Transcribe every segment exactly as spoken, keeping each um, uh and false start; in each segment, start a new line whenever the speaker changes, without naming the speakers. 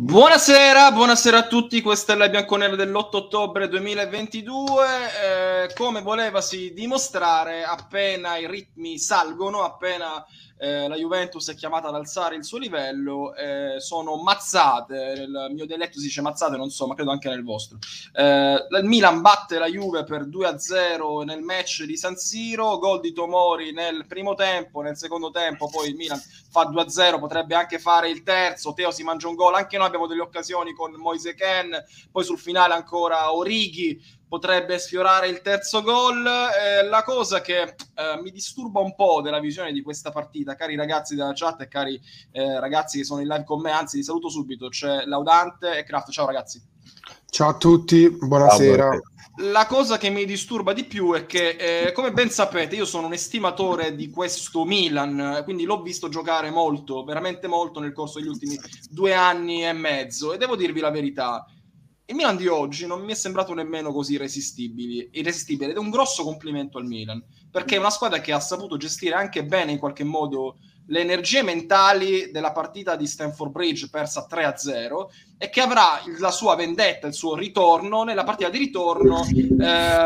Buonasera, buonasera a tutti, questa è la bianconera dell'otto ottobre duemilaventidue. Eh, come volevasi dimostrare, appena i ritmi salgono, appena eh, la Juventus è chiamata ad alzare il suo livello, eh, sono mazzate. Nel mio dialetto si dice mazzate, non so, ma credo anche nel vostro. Eh, il Milan batte la Juve per due a zero nel match di San Siro, gol di Tomori nel primo tempo, nel secondo tempo poi il Milan fa due a zero, potrebbe anche fare il terzo, Teo si mangia un gol, anche noi abbiamo delle occasioni con Moise Kean, poi sul finale ancora Origi potrebbe sfiorare il terzo gol. Eh, la cosa che eh, mi disturba un po' della visione di questa partita, cari ragazzi della chat e cari eh, ragazzi che sono in live con me, anzi li saluto subito, c'è Laudante e Kraft. Ciao ragazzi.
Ciao a tutti, buonasera.
La cosa che mi disturba di più è che, eh, come ben sapete, io sono un estimatore di questo Milan, quindi l'ho visto giocare molto, veramente molto nel corso degli ultimi due anni e mezzo, e devo dirvi la verità, il Milan di oggi non mi è sembrato nemmeno così irresistibile, irresistibile ed è un grosso complimento al Milan, perché è una squadra che ha saputo gestire anche bene in qualche modo le energie mentali della partita di Stamford Bridge persa tre a zero e che avrà la sua vendetta, il suo ritorno nella partita di ritorno eh,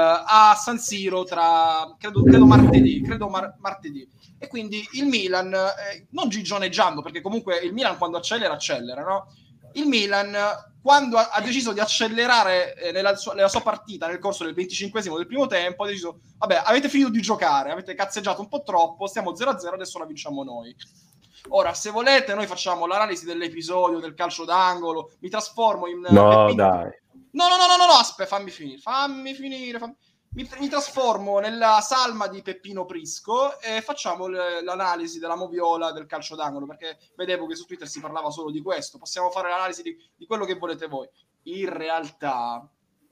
a San Siro tra credo, credo martedì, credo mar- martedì. E quindi il Milan, eh, non gigioneggiando, perché comunque il Milan quando accelera, accelera, no? Il Milan, quando ha, ha deciso di accelerare eh, nella, sua, nella sua partita nel corso del venticinquesimo del primo tempo, ha deciso, vabbè, avete finito di giocare, avete cazzeggiato un po' troppo, stiamo zero a zero, adesso la vinciamo noi. Ora, se volete, noi facciamo l'analisi dell'episodio del calcio d'angolo, mi trasformo in...
No,
Peppino...
dai.
No, no, no, no, no, no, aspetta, fammi finire, fammi finire, fammi... Mi, mi trasformo nella salma di Peppino Prisco e facciamo le, l'analisi della moviola del calcio d'angolo, perché vedevo che su Twitter si parlava solo di questo. Possiamo fare l'analisi di, di quello che volete voi. In realtà,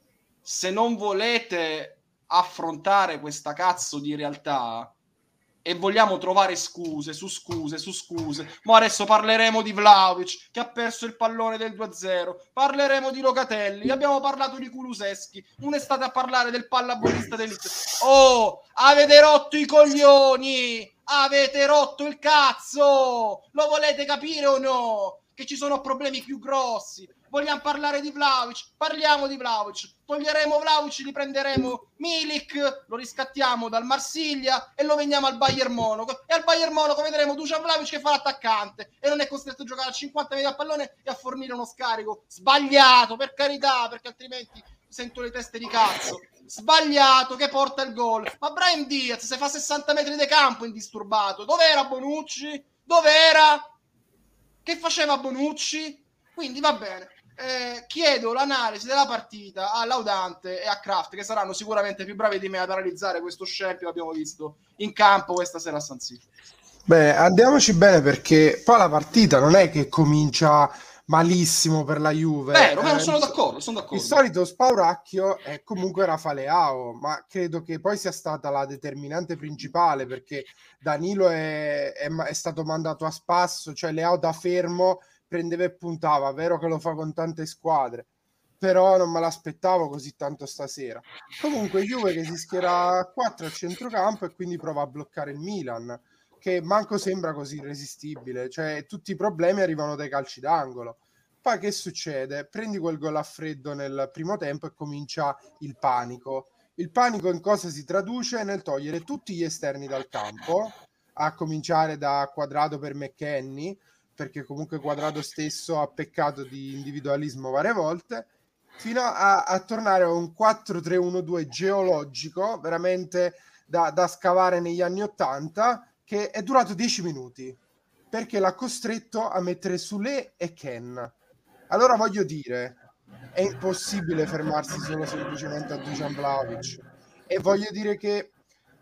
se non volete affrontare questa cazzo di realtà e vogliamo trovare scuse su scuse su scuse, ma adesso parleremo di Vlahovic che ha perso il pallone del due a zero, parleremo di Locatelli, abbiamo parlato di Kulusevski, uno è stato a parlare del pallavolista d'elite. Oh, avete rotto i coglioni, avete rotto il cazzo, lo volete capire o no? Che ci sono problemi più grossi. Vogliamo parlare di Vlahovic, parliamo di Vlahovic, toglieremo Vlahovic, li prenderemo Milik, lo riscattiamo dal Marsiglia e lo vendiamo al Bayern Monaco, e al Bayern Monaco vedremo Dusan Vlahovic che fa l'attaccante e non è costretto a giocare a cinquanta metri a pallone e a fornire uno scarico sbagliato, per carità, perché altrimenti sento le teste di cazzo, sbagliato, che porta il gol. Ma Brahim Diaz se fa sessanta metri di campo indisturbato, dov'era Bonucci? Dov'era? Che faceva Bonucci? Quindi va bene. Eh, chiedo l'analisi della partita a Laudante e a Kraft, che saranno sicuramente più bravi di me ad analizzare questo scempio che abbiamo visto in campo questa sera a San Siro.
Beh, andiamoci bene, perché poi la partita non è che comincia malissimo per la Juve.
Vero, vero,
eh,
sono
il,
d'accordo, sono d'accordo.
Il solito spauracchio è comunque Rafa Leao, ma credo che poi sia stata la determinante principale, perché Danilo è, è, è stato mandato a spasso, cioè Leao da fermo prendeva e puntava, vero che lo fa con tante squadre, però non me l'aspettavo così tanto stasera. Comunque Juve che si schiera a quattro a centrocampo e quindi prova a bloccare il Milan, che manco sembra così irresistibile, cioè tutti i problemi arrivano dai calci d'angolo. Poi che succede? Prendi quel gol a freddo nel primo tempo e comincia il panico. Il panico in cosa si traduce? Nel togliere tutti gli esterni dal campo, a cominciare da Quadrado per McKennie, perché comunque Quadrado stesso ha peccato di individualismo varie volte, fino a, a tornare a un quattro tre uno due geologico, veramente da, da scavare negli anni ottanta, che è durato dieci minuti, perché l'ha costretto a mettere Sule e Ken. Allora voglio dire, è impossibile fermarsi solo semplicemente a Dusan Vlahovic, e voglio dire che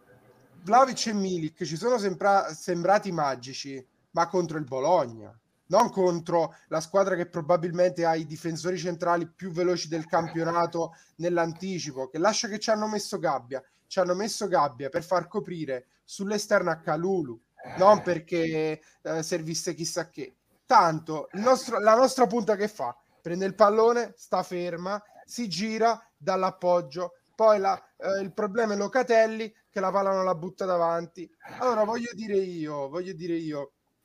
Vlahovic e Milik ci sono sembra- sembrati magici, ma contro il Bologna, non contro la squadra che probabilmente ha i difensori centrali più veloci del campionato nell'anticipo, che lascia che ci hanno messo Gabbia, ci hanno messo Gabbia per far coprire sull'esterno a Kalulu, non perché eh, servisse chissà che. Tanto il nostro, la nostra punta che fa? Prende il pallone, sta ferma, si gira dall'appoggio, poi la, eh, il problema è Locatelli che la palla non la butta davanti. Allora voglio dire io, voglio dire io,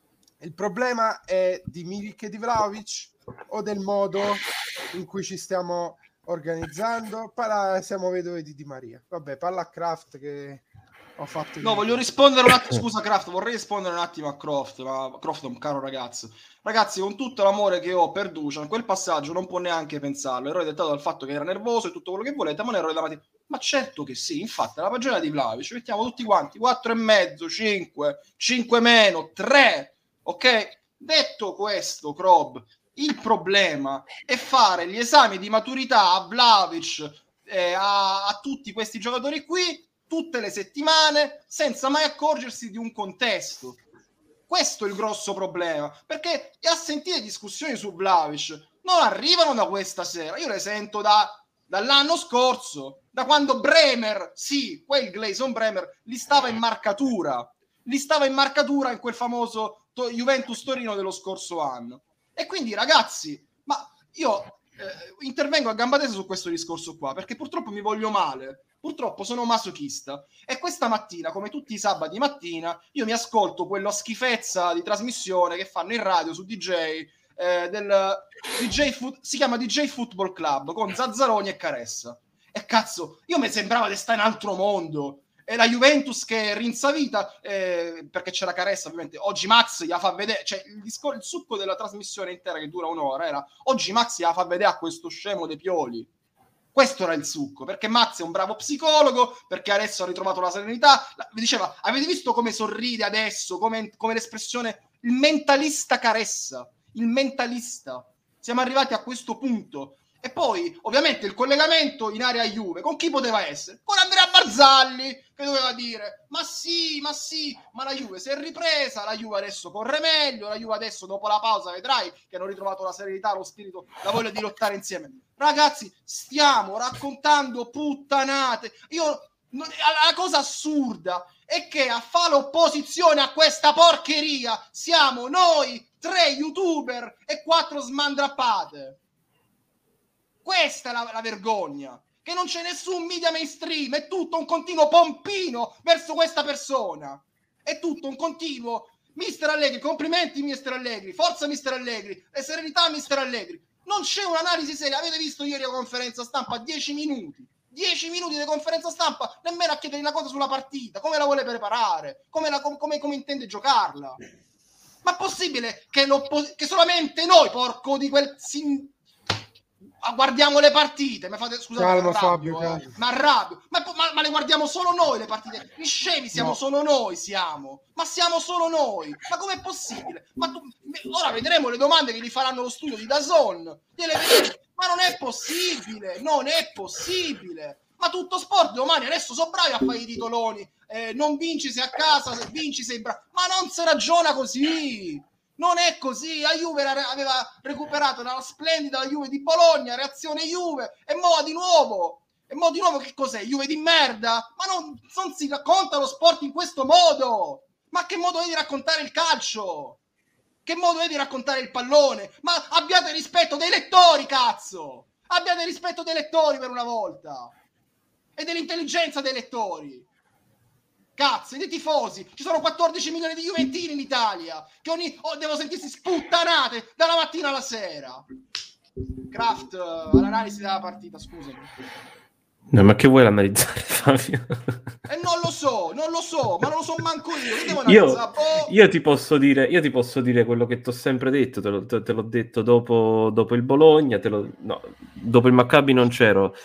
Il problema è di Milik e di Vlahovic o del modo in cui ci stiamo organizzando? Palla, siamo vedovi di Di Maria. Vabbè, palla a Kraft che ho fatto.
No, voglio rispondere un attimo. Scusa, Kraft, vorrei rispondere un attimo a Croft. Ma Croft è un caro ragazzo. Ragazzi, con tutto l'amore che ho per Dusan, quel passaggio non può neanche pensarlo. Errore dettato dal fatto che era nervoso e tutto quello che volete, ma un errore da mattina. Ma certo che sì, infatti, la pagina di Vlahovic mettiamo tutti quanti quattro e mezzo, cinque, cinque meno, tre. Ok? Detto questo, Crob, il problema è fare gli esami di maturità a Vlahovic, eh, a, a tutti questi giocatori qui, tutte le settimane, senza mai accorgersi di un contesto. Questo è il grosso problema, perché a sentire discussioni su Vlahovic non arrivano da questa sera, io le sento da, dall'anno scorso, da quando Bremer, sì, quel Gleison Bremer, li stava in marcatura, li stava in marcatura in quel famoso to- Juventus Torino dello scorso anno. E quindi ragazzi, ma io eh, intervengo a gamba tesa su questo discorso qua, perché purtroppo mi voglio male. Purtroppo sono masochista e questa mattina, come tutti i sabati mattina, io mi ascolto quella schifezza di trasmissione che fanno in radio su D J, eh, del D J Foot, si chiama D J Football Club, con Zazzaroni e Caressa. E cazzo, io mi sembrava di stare in altro mondo. E la Juventus che è rinsavita, eh, perché c'era Caressa ovviamente, oggi Max gli fa vedere, cioè il, discor- il succo della trasmissione intera che dura un'ora era, oggi Max gli fa vedere a questo scemo dei Pioli. Questo era il succo, perché Max è un bravo psicologo, perché adesso ha ritrovato la serenità. Mi diceva, avete visto come sorride adesso, come, come l'espressione, il mentalista Caressa, il mentalista. Siamo arrivati a questo punto. E poi, ovviamente, il collegamento in area Juve, con chi poteva essere? Con Andrea Barzalli, che doveva dire, ma sì, ma sì, ma la Juve si è ripresa, la Juve adesso corre meglio, la Juve adesso dopo la pausa vedrai che hanno ritrovato la serenità, lo spirito, la voglia di lottare insieme. Ragazzi, stiamo raccontando puttanate. Io, la cosa assurda è che a fare l'opposizione a questa porcheria siamo noi, tre youtuber e quattro smandrappate. Questa è la, la vergogna, che non c'è nessun media mainstream, è tutto un continuo pompino verso questa persona, è tutto un continuo mister Allegri, complimenti mister Allegri, forza mister Allegri, e serenità mister Allegri. Non c'è un'analisi seria. Avete visto ieri la conferenza stampa? dieci minuti, dieci minuti di conferenza stampa, nemmeno a chiedere una cosa sulla partita, come la vuole preparare, come, la, come, come intende giocarla. Ma è possibile che, che solamente noi, porco di quel... Sin- guardiamo le partite, mi fate scusate,
calma,
mi arrabbio,
Fabio,
eh. ma arrabbio, ma, ma, ma le guardiamo solo noi le partite, gli scemi siamo no. solo noi, siamo, ma siamo solo noi, ma com'è possibile? Ma tu, ora vedremo le domande che gli faranno lo studio di D A Z N, ma non è possibile, non è possibile, ma tutto sport domani, adesso sono bravi a fare i titoloni, eh, non vinci se a casa, se vinci sei bravo, ma non si ragiona così. Non è così, la Juve aveva recuperato dalla splendida Juve di Bologna, reazione Juve, e mo di nuovo, e mo di nuovo che cos'è? Juve di merda? Ma non, non si racconta lo sport in questo modo! Ma che modo è di raccontare il calcio? Che modo è di raccontare il pallone? Ma abbiate rispetto dei lettori, cazzo! Abbiate rispetto dei lettori per una volta! E dell'intelligenza dei lettori! Cazzo, dei tifosi, ci sono quattordici milioni di juventini in Italia che ogni oh, devono sentirsi sputtanate dalla mattina alla sera. Kraft, all'analisi della partita, scusami.
No, ma che vuoi analizzare, Fabio?
E eh, non lo so, non lo so, ma non lo so manco io. Io, devo
io,
oh.
io ti posso dire, io ti posso dire quello che ti ho sempre detto, te, lo, te, te l'ho detto dopo, dopo il Bologna, te lo, no, dopo il Maccabi non c'ero.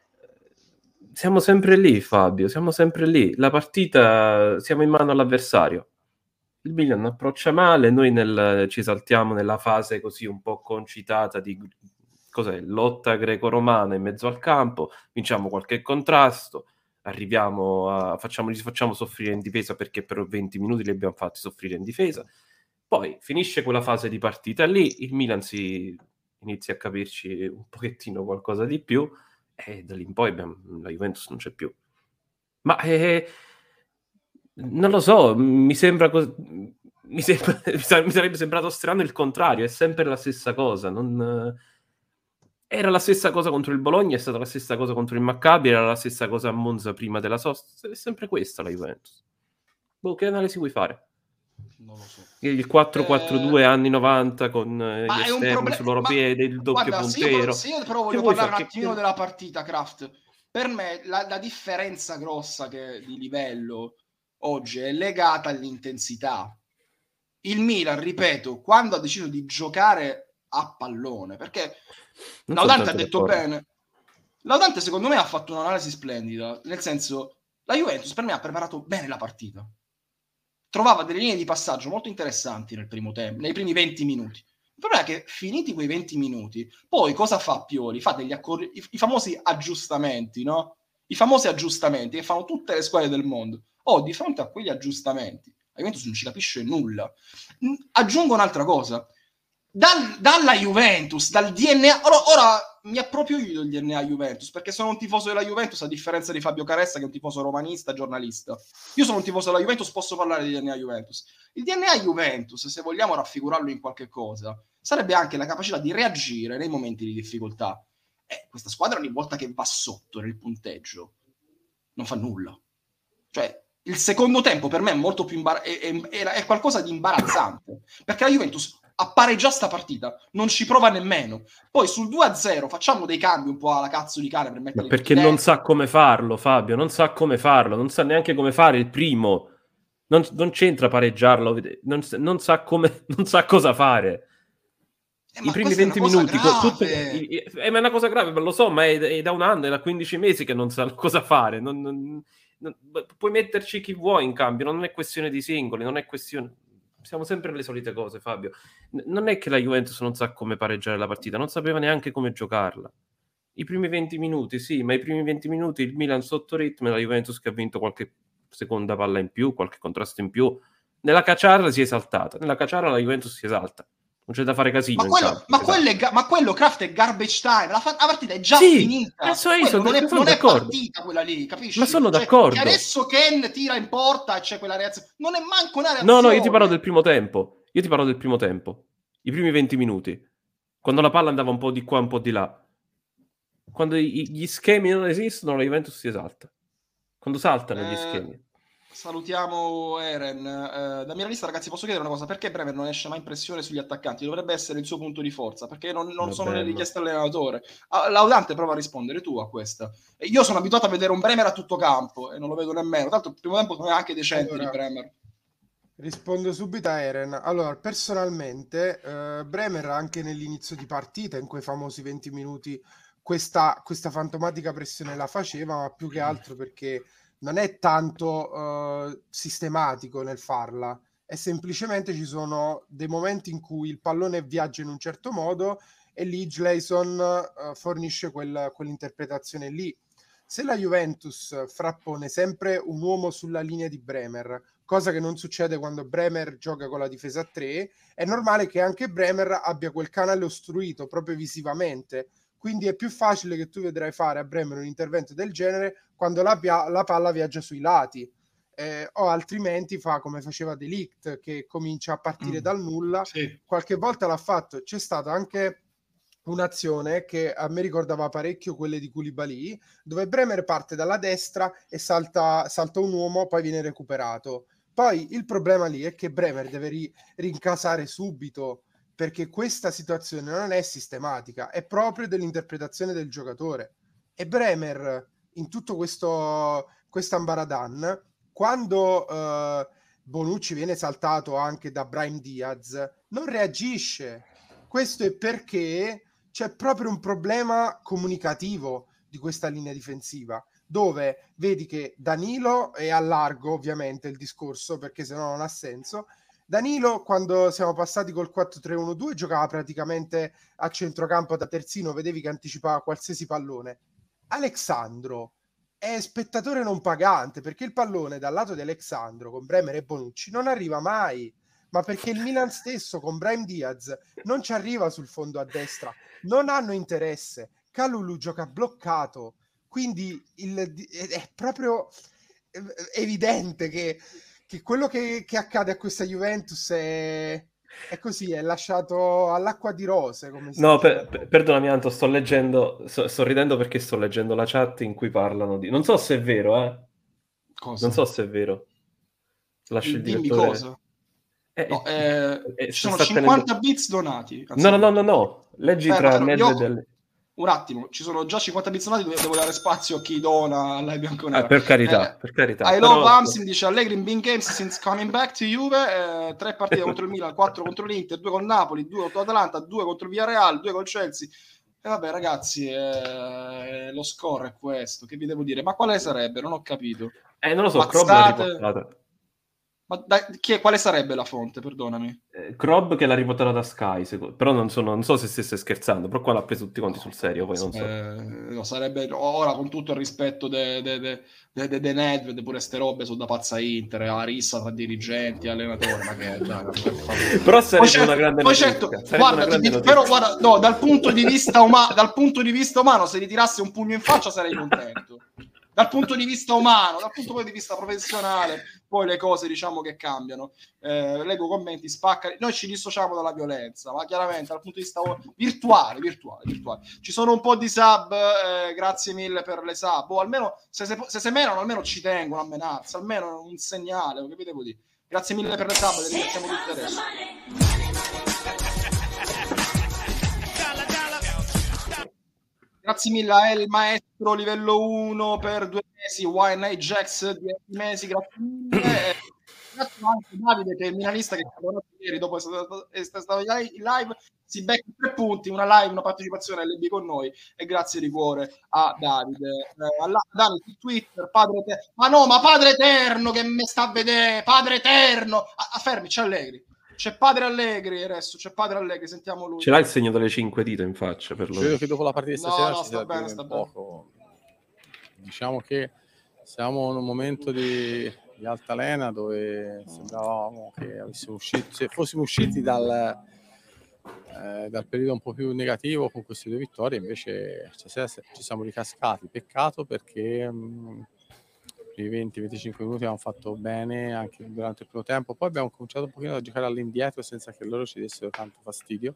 Siamo sempre lì, Fabio, siamo sempre lì. La partita, siamo in mano all'avversario. Il Milan approccia male, noi nel, ci saltiamo nella fase così un po' concitata di cos'è, lotta greco-romana in mezzo al campo, vinciamo qualche contrasto, arriviamo a facciamo, li facciamo soffrire in difesa perché per venti minuti li abbiamo fatti soffrire in difesa. Poi finisce quella fase di partita lì, il Milan si inizia a capirci un pochettino qualcosa di più, e da lì in poi abbiamo, la Juventus non c'è più. Ma eh, non lo so, mi sembra, cos- mi, sembra mi sarebbe sembrato strano il contrario, è sempre la stessa cosa. Non, era la stessa cosa contro il Bologna, è stata la stessa cosa contro il Maccabi, era la stessa cosa a Monza prima della sosta, è sempre questa la Juventus. Boh, che analisi vuoi fare?
Non lo so.
Il quattro quattro due
Eh,
anni novanta con eh,
ma
gli
è un
esterni
problema.
sul loro piede, il doppio
Guarda, se io, però,
puntero.
se io però
Che
voglio
vuoi
parlare
fare?
un
Che,
attimino
che...
della partita, Kraft, per me la, la differenza grossa che, di livello oggi è legata all'intensità. Il Milan, ripeto, quando ha deciso di giocare a pallone, perché
Non sono
Laudante ha
tanto
detto
d'accordo.
bene, Laudante secondo me ha fatto un'analisi splendida, nel senso, la Juventus per me ha preparato bene la partita, trovava delle linee di passaggio molto interessanti nel primo tempo, nei primi venti minuti. Il problema è che finiti quei venti minuti, poi cosa fa Pioli? Fa degli accor- i, i famosi aggiustamenti, no? I famosi aggiustamenti che fanno tutte le squadre del mondo. Oh, di fronte a quegli aggiustamenti, la Juventus non ci capisce nulla. Mm, Aggiungo un'altra cosa. Dal, dalla Juventus, dal D N A, ora, ora mi approprio io del D N A Juventus, perché sono un tifoso della Juventus a differenza di Fabio Caressa che è un tifoso romanista, giornalista. Io sono un tifoso della Juventus, posso parlare di D N A Juventus. Il D N A Juventus, se vogliamo raffigurarlo in qualche cosa, sarebbe anche la capacità di reagire nei momenti di difficoltà. Eh, questa squadra ogni volta che va sotto nel punteggio non fa nulla. Cioè, il secondo tempo per me è molto più imbar- è, è, è qualcosa di imbarazzante, perché la Juventus appare già sta partita, non ci prova nemmeno. Poi sul due a zero facciamo dei cambi un po' alla cazzo di cane per
Ma
metterli
perché
tutti
non
dentro.
sa come farlo, Fabio, non sa come farlo, non sa neanche come fare il primo. Non, non c'entra pareggiarlo, non, non sa come, non sa cosa fare.
Eh,
I
ma
primi
questa è una
venti
cosa
minuti, co- tutto,
grave.
i- i- eh, ma è una cosa grave, ma lo so, ma è, è da un anno, è da quindici mesi che non sa cosa fare. Non, non- non- puoi metterci chi vuoi in cambio, non è questione di singoli, non è questione... Siamo sempre le solite cose, Fabio. N- non è che la Juventus non sa come pareggiare la partita, non sapeva neanche come giocarla. I primi venti minuti, sì, ma i primi venti minuti il Milan sotto ritmo e la Juventus che ha vinto qualche seconda palla in più, qualche contrasto in più. Nella Caciara si è esaltata, nella Caciara la Juventus si esalta. Non c'è da fare casino
Ma
in
quello,
campo.
ma
si
quello,
esalta.
è, ga- ma quello Kraft è garbage time. La, fa- la partita è già
Sì,
finita.
adesso io
Quello
sono,
non è,
sono
non è
d'accordo.
partita quella lì,
Ma
capisci?
sono
Cioè,
d'accordo.
che adesso Ken tira in porta e c'è quella reazione. Non è manco una
No, no, io ti parlo
reazione.
del primo tempo. Io ti parlo del primo tempo. I primi venti minuti. Quando la palla andava un po' di qua, un po' di là. Quando i- gli schemi non esistono, la Juventus si esalta. Quando saltano gli
Eh,
schemi.
salutiamo Eren. Eh, da Milanista, ragazzi, posso chiedere una cosa? Perché Bremer non esce mai in pressione sugli attaccanti? Dovrebbe essere il suo punto di forza, perché non, non sono le
Vabbè, ma...
richieste all'allenatore. Ah, Laudante, prova a rispondere tu a questa. E io sono abituato a vedere un Bremer a tutto campo e non lo vedo nemmeno. Tanto il primo tempo sono anche decente
Allora,
di Bremer.
rispondo subito a Eren. Allora, personalmente, eh, Bremer anche nell'inizio di partita, in quei famosi venti minuti, questa, questa fantomatica pressione la faceva, ma più che altro perché non è tanto eh, sistematico nel farla, è semplicemente ci sono dei momenti in cui il pallone viaggia in un certo modo e lì Gleison eh, fornisce quel, quell'interpretazione lì. Se la Juventus frappone sempre un uomo sulla linea di Bremer, cosa che non succede quando Bremer gioca con la difesa a tre, è normale che anche Bremer abbia quel canale ostruito proprio visivamente, quindi è più facile che tu vedrai fare a Bremer un intervento del genere quando la, pia- la palla viaggia sui lati, eh, o altrimenti fa come faceva De Ligt, che comincia a partire
Mm.
dal nulla.
Sì.
Qualche volta l'ha fatto, c'è stata anche un'azione che a me ricordava parecchio quelle di Koulibaly, dove Bremer parte dalla destra e salta, salta un uomo, poi viene recuperato. Poi il problema lì è che Bremer deve ri- rincasare subito, perché questa situazione non è sistematica, è proprio dell'interpretazione del giocatore. E Bremer, in tutto questo quest'ambaradan, quando eh, Bonucci viene saltato anche da Brahim Diaz, non reagisce. Questo è perché c'è proprio un problema comunicativo di questa linea difensiva, dove vedi che Danilo è a largo, ovviamente, il discorso, perché sennò non ha senso. Danilo, quando siamo passati col quattro tre uno due, giocava praticamente a centrocampo da terzino, vedevi che anticipava qualsiasi pallone. Alexandro è spettatore non pagante, perché il pallone dal lato di Alexandro, con Bremer e Bonucci, non arriva mai, ma perché il Milan stesso, con Brahim Diaz, non ci arriva sul fondo a destra, non hanno interesse. Kalulu gioca bloccato, quindi il, è proprio evidente che, che quello che, che accade a questa Juventus è, è così, è lasciato all'acqua di rose, come si
No,
dice
per,
da
per-
noi.
perdonami Anto, sto leggendo, sto, sto ridendo perché sto leggendo la chat in cui parlano di... Non so se è vero, eh? Non
Cosa?
so se è vero. Lascia il
Dimmi
direttore...
cosa.
Eh,
No, eh,
eh,
ci
sta-
sono
sta
cinquanta
tenendo-
bits donati.
No, no, no, no, no. Leggi
Fermo,
tra
fermo,
mezzo
io-
e delle...
Un attimo, ci sono già cinquanta bits donati, devo, devo dare spazio a chi dona alla bianconera.
Ah, per carità,
Eh,
per carità.
I
Però-
love Amsim dice Allegri in big games since coming back to Juve, eh, tre partite contro il Milan, quattro contro l'Inter, due con Napoli, due contro l'Atalanta, due contro il Villarreal, due col Chelsea. E vabbè ragazzi, eh, lo score è questo, che vi devo dire? Ma quale sarebbe? Non ho capito.
Eh, non lo so, Krob l'ha
Mazzate.
riportata.
Ma dai, chi è, quale sarebbe la fonte? Perdonami.
Eh, Krob che l'ha riportata da Sky, secondo- però non, sono, non so se stesse scherzando, però qua l'ha preso tutti quanti sul serio, poi non so.
Eh, no, sarebbe ora con tutto il rispetto de, de, de, de, de, de Nedved, pure ste robe sono da pazza Inter, a rissa tra dirigenti e allenatori, ma che dai,
Però sarebbe
certo,
una grande
poi
notizia.
certo,
Sarebbe
guarda,
una grande
ti-
notizia.
però guarda, no, dal punto di vista umano, dal punto di vista umano, se gli tirasse un pugno in faccia sarei contento. Dal punto di vista umano, dal punto di vista professionale, poi le cose diciamo che cambiano. Eh, leggo commenti, spacca. Noi ci dissociamo dalla violenza, ma chiaramente dal punto di vista virtuale, virtuale, virtuale. Ci sono un po' di sub, eh, grazie mille per le sub. O almeno se, se, se semenano, almeno ci tengono a menarsi, almeno un segnale, che vi devo dire. Grazie mille per le sub, le ringraziamo tutti adesso. Grazie mille a El Maestro livello uno per due mesi, Wine Ajax dieci mesi, grazie mille. Grazie anche a Davide che è il milanista che ieri dopo è stato in live, si becca tre punti, una live, una partecipazione L B con noi e grazie di cuore a Davide. Eh, alla, Dani su Twitter, padre eterno. Ma no, ma padre eterno che mi sta a vedere, padre eterno. Ah, ah, fermi, c'è Allegri. C'è padre Allegri adesso, c'è padre Allegri, sentiamo lui.
Ce l'ha il segno delle cinque dita in faccia per lui.
Credo che dopo la partita di stasera
no, no,
ci sia
bene,
bene,
sta
poco. Diciamo che siamo in un momento di, di altalena dove sembravamo che avessimo uscito, se fossimo usciti dal, eh, dal periodo un po' più negativo con queste due vittorie, invece stasera ci siamo ricascati. Peccato perché mh, i venti venticinque minuti abbiamo fatto bene anche durante il primo tempo, poi abbiamo cominciato un pochino a giocare all'indietro senza che loro ci dessero tanto fastidio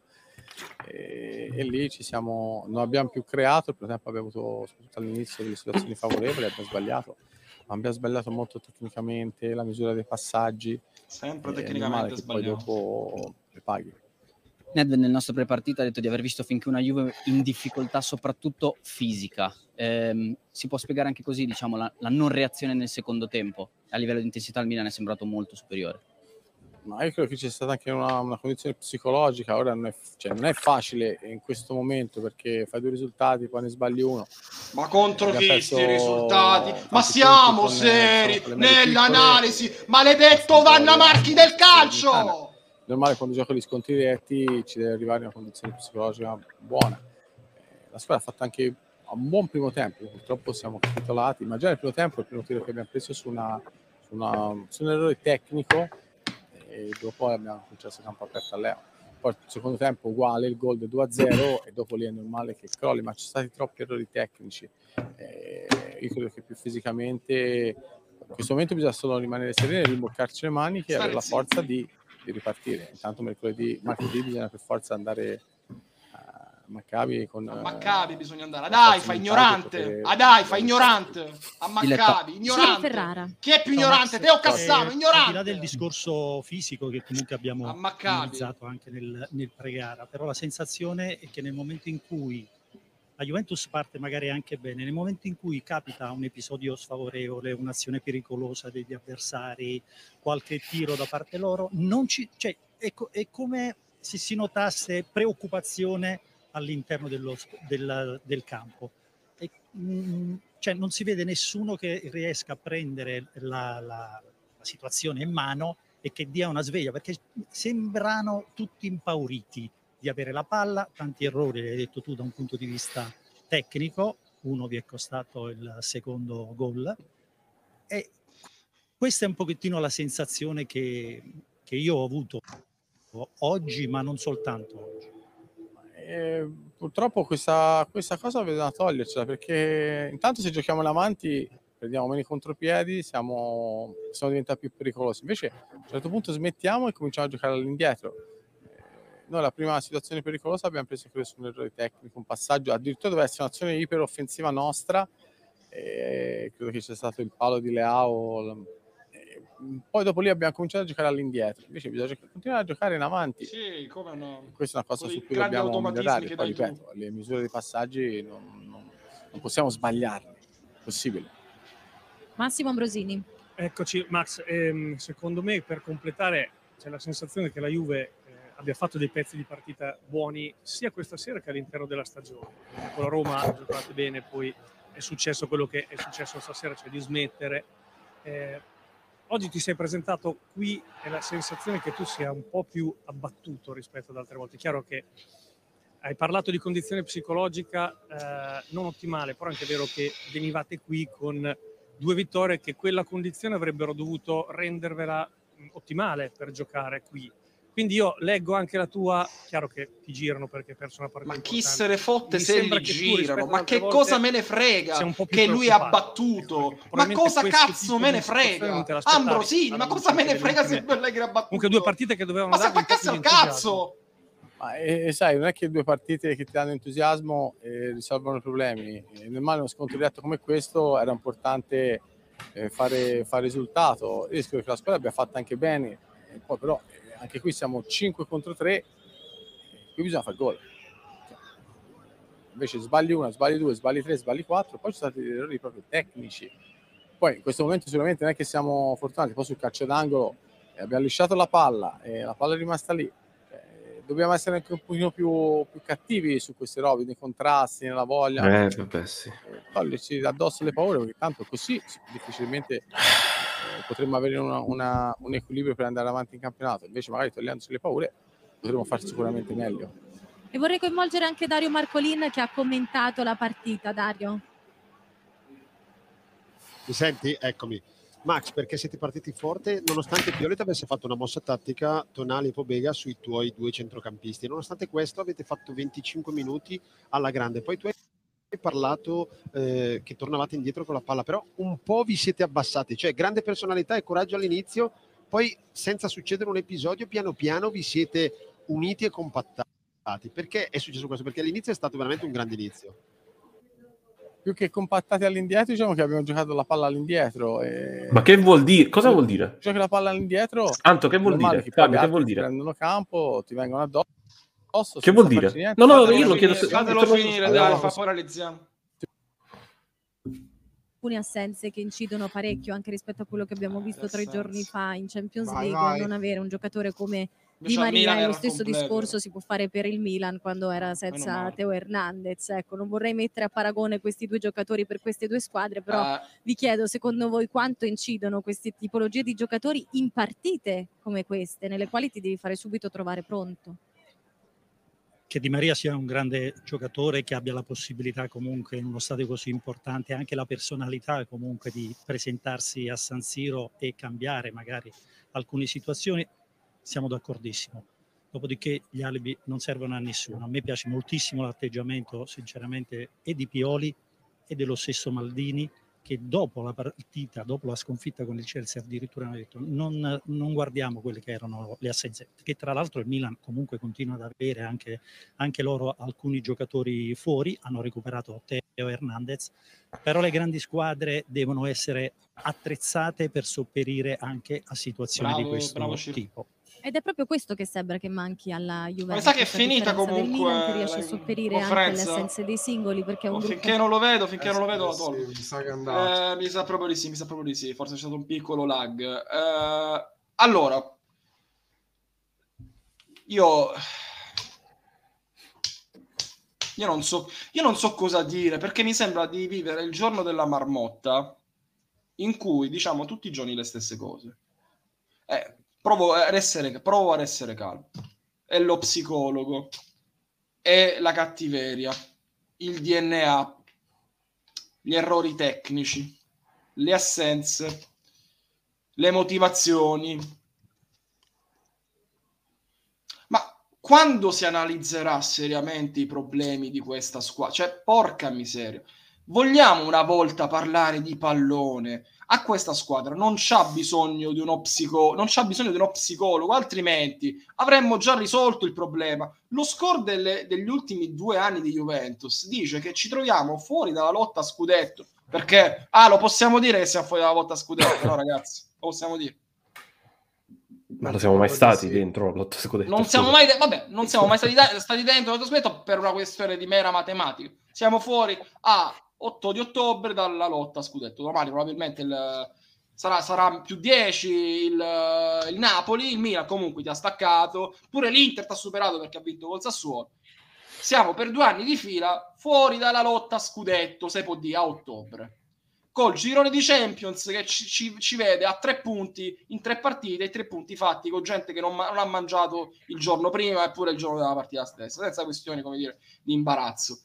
e, e lì ci siamo, non abbiamo più creato. Il primo tempo abbiamo avuto soprattutto all'inizio delle situazioni favorevoli, abbiamo sbagliato, ma abbiamo sbagliato molto tecnicamente, la misura dei passaggi
sempre
eh,
tecnicamente
che
sbagliato.
poi dopo le paghi.
Nedved nel nostro pre-partita ha detto di aver visto finché una Juve in difficoltà soprattutto fisica. Eh, si può spiegare anche così, diciamo, la, la non reazione nel secondo tempo? A livello di intensità il Milan è sembrato molto superiore.
Ma io credo che c'è stata anche una, una condizione psicologica. Ora non è, cioè, non è facile in questo momento perché fai due risultati, poi ne sbagli uno.
Ma contro
Abbiamo
chi
perso
sti risultati?
tanti
Ma
punti
siamo
con,
seri
insomma, con le medie
nell'analisi!
piccole.
Maledetto Vanna Marchi del calcio!
Normale, quando gioco gli scontri diretti ci deve arrivare una condizione psicologica buona. La squadra ha fatto anche un buon primo tempo, purtroppo siamo capitolati, ma già nel primo tempo il primo tiro che abbiamo preso su, una, su, una, su un errore tecnico e dopo abbiamo cominciato il campo aperto a Leo. Poi il secondo tempo uguale, il gol del due a zero e dopo lì è normale che crolli, ma ci sono stati troppi errori tecnici. Eh, io credo che più fisicamente in questo momento bisogna solo rimanere sereni, rimboccarci le maniche e avere la forza di di ripartire. Intanto mercoledì, martedì bisogna per forza andare a Maccabi con
a Maccabi
eh,
bisogna andare. Dai, fa ignorante. Ah, dai, fa ignorante. A Maccabi, ignorante. Chi è più ignorante? Teo Cassano, ignorante.
Al di là del discorso fisico che comunque abbiamo analizzato anche nel, nel pre-gara, però la sensazione è che nel momento in cui la Juventus parte magari anche bene, nel momento in cui capita un episodio sfavorevole, un'azione pericolosa degli avversari, qualche tiro da parte loro, non ci, cioè, è, co- è come se si notasse preoccupazione all'interno dello, del, del campo. E, mh, cioè, non si vede nessuno che riesca a prendere la, la, la situazione in mano e che dia una sveglia, perché sembrano tutti impauriti di avere la palla, tanti errori, l'hai detto tu da un punto di vista tecnico, uno vi è costato il secondo gol e questa è un pochettino la sensazione che, che io ho avuto oggi, ma non soltanto oggi.
Eh, purtroppo questa, questa cosa bisogna togliercela, perché intanto se giochiamo in avanti prendiamo meno i contropiedi, siamo, siamo diventati più pericolosi, invece a un certo punto smettiamo e cominciamo a giocare all'indietro. Noi la prima situazione pericolosa abbiamo preso credo su un errore tecnico, un passaggio, addirittura doveva essere un'azione iperoffensiva nostra, e credo che sia stato il palo di Leao, poi dopo lì abbiamo cominciato a giocare all'indietro, invece bisogna continuare a giocare in avanti.
Sì, come no.
Questa è una cosa
Con
su
i
cui
grandi
dobbiamo
automatismi
migliorare.
che
Poi
dai tu.
ripeto, le misure dei passaggi non, non, non possiamo sbagliarle, è possibile.
Massimo Ambrosini.
Eccoci, Max, ehm, secondo me per completare c'è la sensazione che la Juve eh, abbia fatto dei pezzi di partita buoni sia questa sera che all'interno della stagione. Con la Roma ha giocato bene, poi è successo quello che è successo stasera, cioè di smettere. Eh, oggi ti sei presentato qui e la sensazione è che tu sia un po' più abbattuto rispetto ad altre volte. È chiaro che hai parlato di condizione psicologica eh, non ottimale, però è anche vero che venivate qui con due vittorie che quella condizione avrebbero dovuto rendervela ottimale per giocare qui. Quindi io leggo anche la tua, chiaro che ti girano perché hai perso una partita
ma
importante.
chi se ne fotte
Mi
se
sembra
li
che tu,
girano, ma che
volte,
cosa me ne frega che lui è abbattuto, ma cosa cazzo me ne frega, Ambrosini, ma cosa me ne frega se Allegri è abbattuto,
comunque due partite che dovevano
ma si attaccasse al cazzo.
Ma eh, sai, non è che due partite che ti danno entusiasmo eh, risolvono i problemi. Eh, nel male uno scontro diretto come questo era importante eh, fare, fare risultato. Io spero che la squadra abbia fatto anche bene, eh, poi però eh, anche qui siamo cinque contro tre, eh, qui bisogna fare gol. Cioè, invece sbagli una, sbagli due, sbagli tre, sbagli quattro, poi ci sono stati degli errori proprio tecnici. Poi in questo momento sicuramente non è che siamo fortunati, poi sul calcio d'angolo eh, abbiamo lisciato la palla e la palla è rimasta lì. Dobbiamo essere anche un pochino più, più cattivi su queste robe, nei contrasti, nella voglia.
Eh, vabbè, sì.
Toglierci addosso le paure, perché tanto così difficilmente eh, potremmo avere una, una, un equilibrio per andare avanti in campionato. Invece magari togliendoci le paure potremmo farci sicuramente meglio.
E vorrei coinvolgere anche Dario Marcolin che ha commentato la partita. Dario.
Mi senti? Eccomi. Max, perché siete partiti forte nonostante Pioli ti avesse fatto una mossa tattica Tonali e Pobega sui tuoi due centrocampisti. Nonostante questo avete fatto venticinque minuti alla grande. Poi tu hai parlato eh, che tornavate indietro con la palla, però un po' vi siete abbassati, cioè grande personalità e coraggio all'inizio, poi senza succedere un episodio piano piano vi siete uniti e compattati. Perché è successo questo? Perché all'inizio è stato veramente un grande inizio.
Più che compattati all'indietro, diciamo che abbiamo giocato la palla all'indietro. E...
Ma che vuol dire? Cosa vuol dire?
Giochi la palla all'indietro.
Anto, che vuol dire?
Che
Fabio, che vuol dire?
Ti prendono campo, ti vengono addosso.
Che vuol dire? No, no, io lo chiedo.
Fatelo finire, dai, fa poi realizziamo.
Alcune assenze che incidono parecchio anche rispetto a quello che abbiamo visto tre giorni fa in Champions
Vai,
League.
vai.
Non avere un giocatore come Di
Invece al Milan
Maria, e
era
lo stesso
completo.
discorso si può fare per il Milan quando era
Meno
senza
male.
Teo Hernandez. Ecco, non vorrei mettere a paragone questi due giocatori per queste due squadre, però
Eh,
vi chiedo, secondo voi, quanto incidono queste tipologie di giocatori in partite come queste, nelle quali ti devi fare subito trovare pronto?
Che Di Maria sia un grande giocatore, che abbia la possibilità comunque in uno stadio così importante, anche la personalità comunque di presentarsi a San Siro e cambiare magari alcune situazioni, siamo d'accordissimo. Dopodiché gli alibi non servono a nessuno. A me piace moltissimo l'atteggiamento sinceramente e di Pioli e dello stesso Maldini, che dopo la partita, dopo la sconfitta con il Chelsea, addirittura hanno detto non, non guardiamo quelle che erano le assenze, che tra l'altro il Milan comunque continua ad avere anche, anche loro alcuni giocatori fuori, hanno recuperato Teo Hernandez, però le grandi squadre devono essere attrezzate per sopperire anche a situazioni
Bravo,
di questo
bravo, Ciro.
tipo.
Ed è proprio questo che sembra che manchi alla Juventus.
Ma sa che è
a
finita
differenza del
comunque
Milan, che riesce a
la
sopperire anche
conferenza?
alle assenze dei singoli, perché è un
Oh,
gruppo...
finché non lo vedo, finché
Eh,
non lo vedo, la
sì,
tolgo.
mi sa che è andato.
Eh, mi sa proprio di sì, mi sa proprio di sì. Forse c'è stato un piccolo lag. Eh, allora, io... Io non so, io non so cosa dire, perché mi sembra di vivere il giorno della marmotta in cui diciamo tutti i giorni le stesse cose. Eh, provo ad essere, provo ad essere calmo. È lo psicologo, è la cattiveria, il D N A, gli errori tecnici, le assenze, le motivazioni. Ma quando si analizzerà seriamente i problemi di questa squadra? Cioè, porca miseria. Vogliamo una volta parlare di pallone? A questa squadra non c'ha bisogno di uno psico- non c'ha bisogno di uno psicologo, altrimenti avremmo già risolto il problema. Lo score delle- degli ultimi due anni di Juventus dice che ci troviamo fuori dalla lotta a scudetto. Perché, ah, lo possiamo dire che siamo fuori dalla lotta a scudetto, no ragazzi? Lo possiamo dire.
Ma lo siamo mai stati dentro la lotta a scudetto?
Non siamo mai, de- vabbè, non siamo mai stati, da- stati dentro la lotta a scudetto per una questione di mera matematica. Siamo fuori a otto di ottobre dalla lotta a scudetto. Domani probabilmente il, sarà, sarà più dieci il, il Napoli, il Milan comunque ti ha staccato, pure l'Inter ti ha superato perché ha vinto col Sassuolo. Siamo per due anni di fila fuori dalla lotta a scudetto, se può dire, a ottobre. Col girone di Champions che ci, ci, ci vede a tre punti in tre partite, e tre punti fatti con gente che non, ma- non ha mangiato il giorno prima e pure il giorno della partita stessa, senza questioni, come dire, di imbarazzo.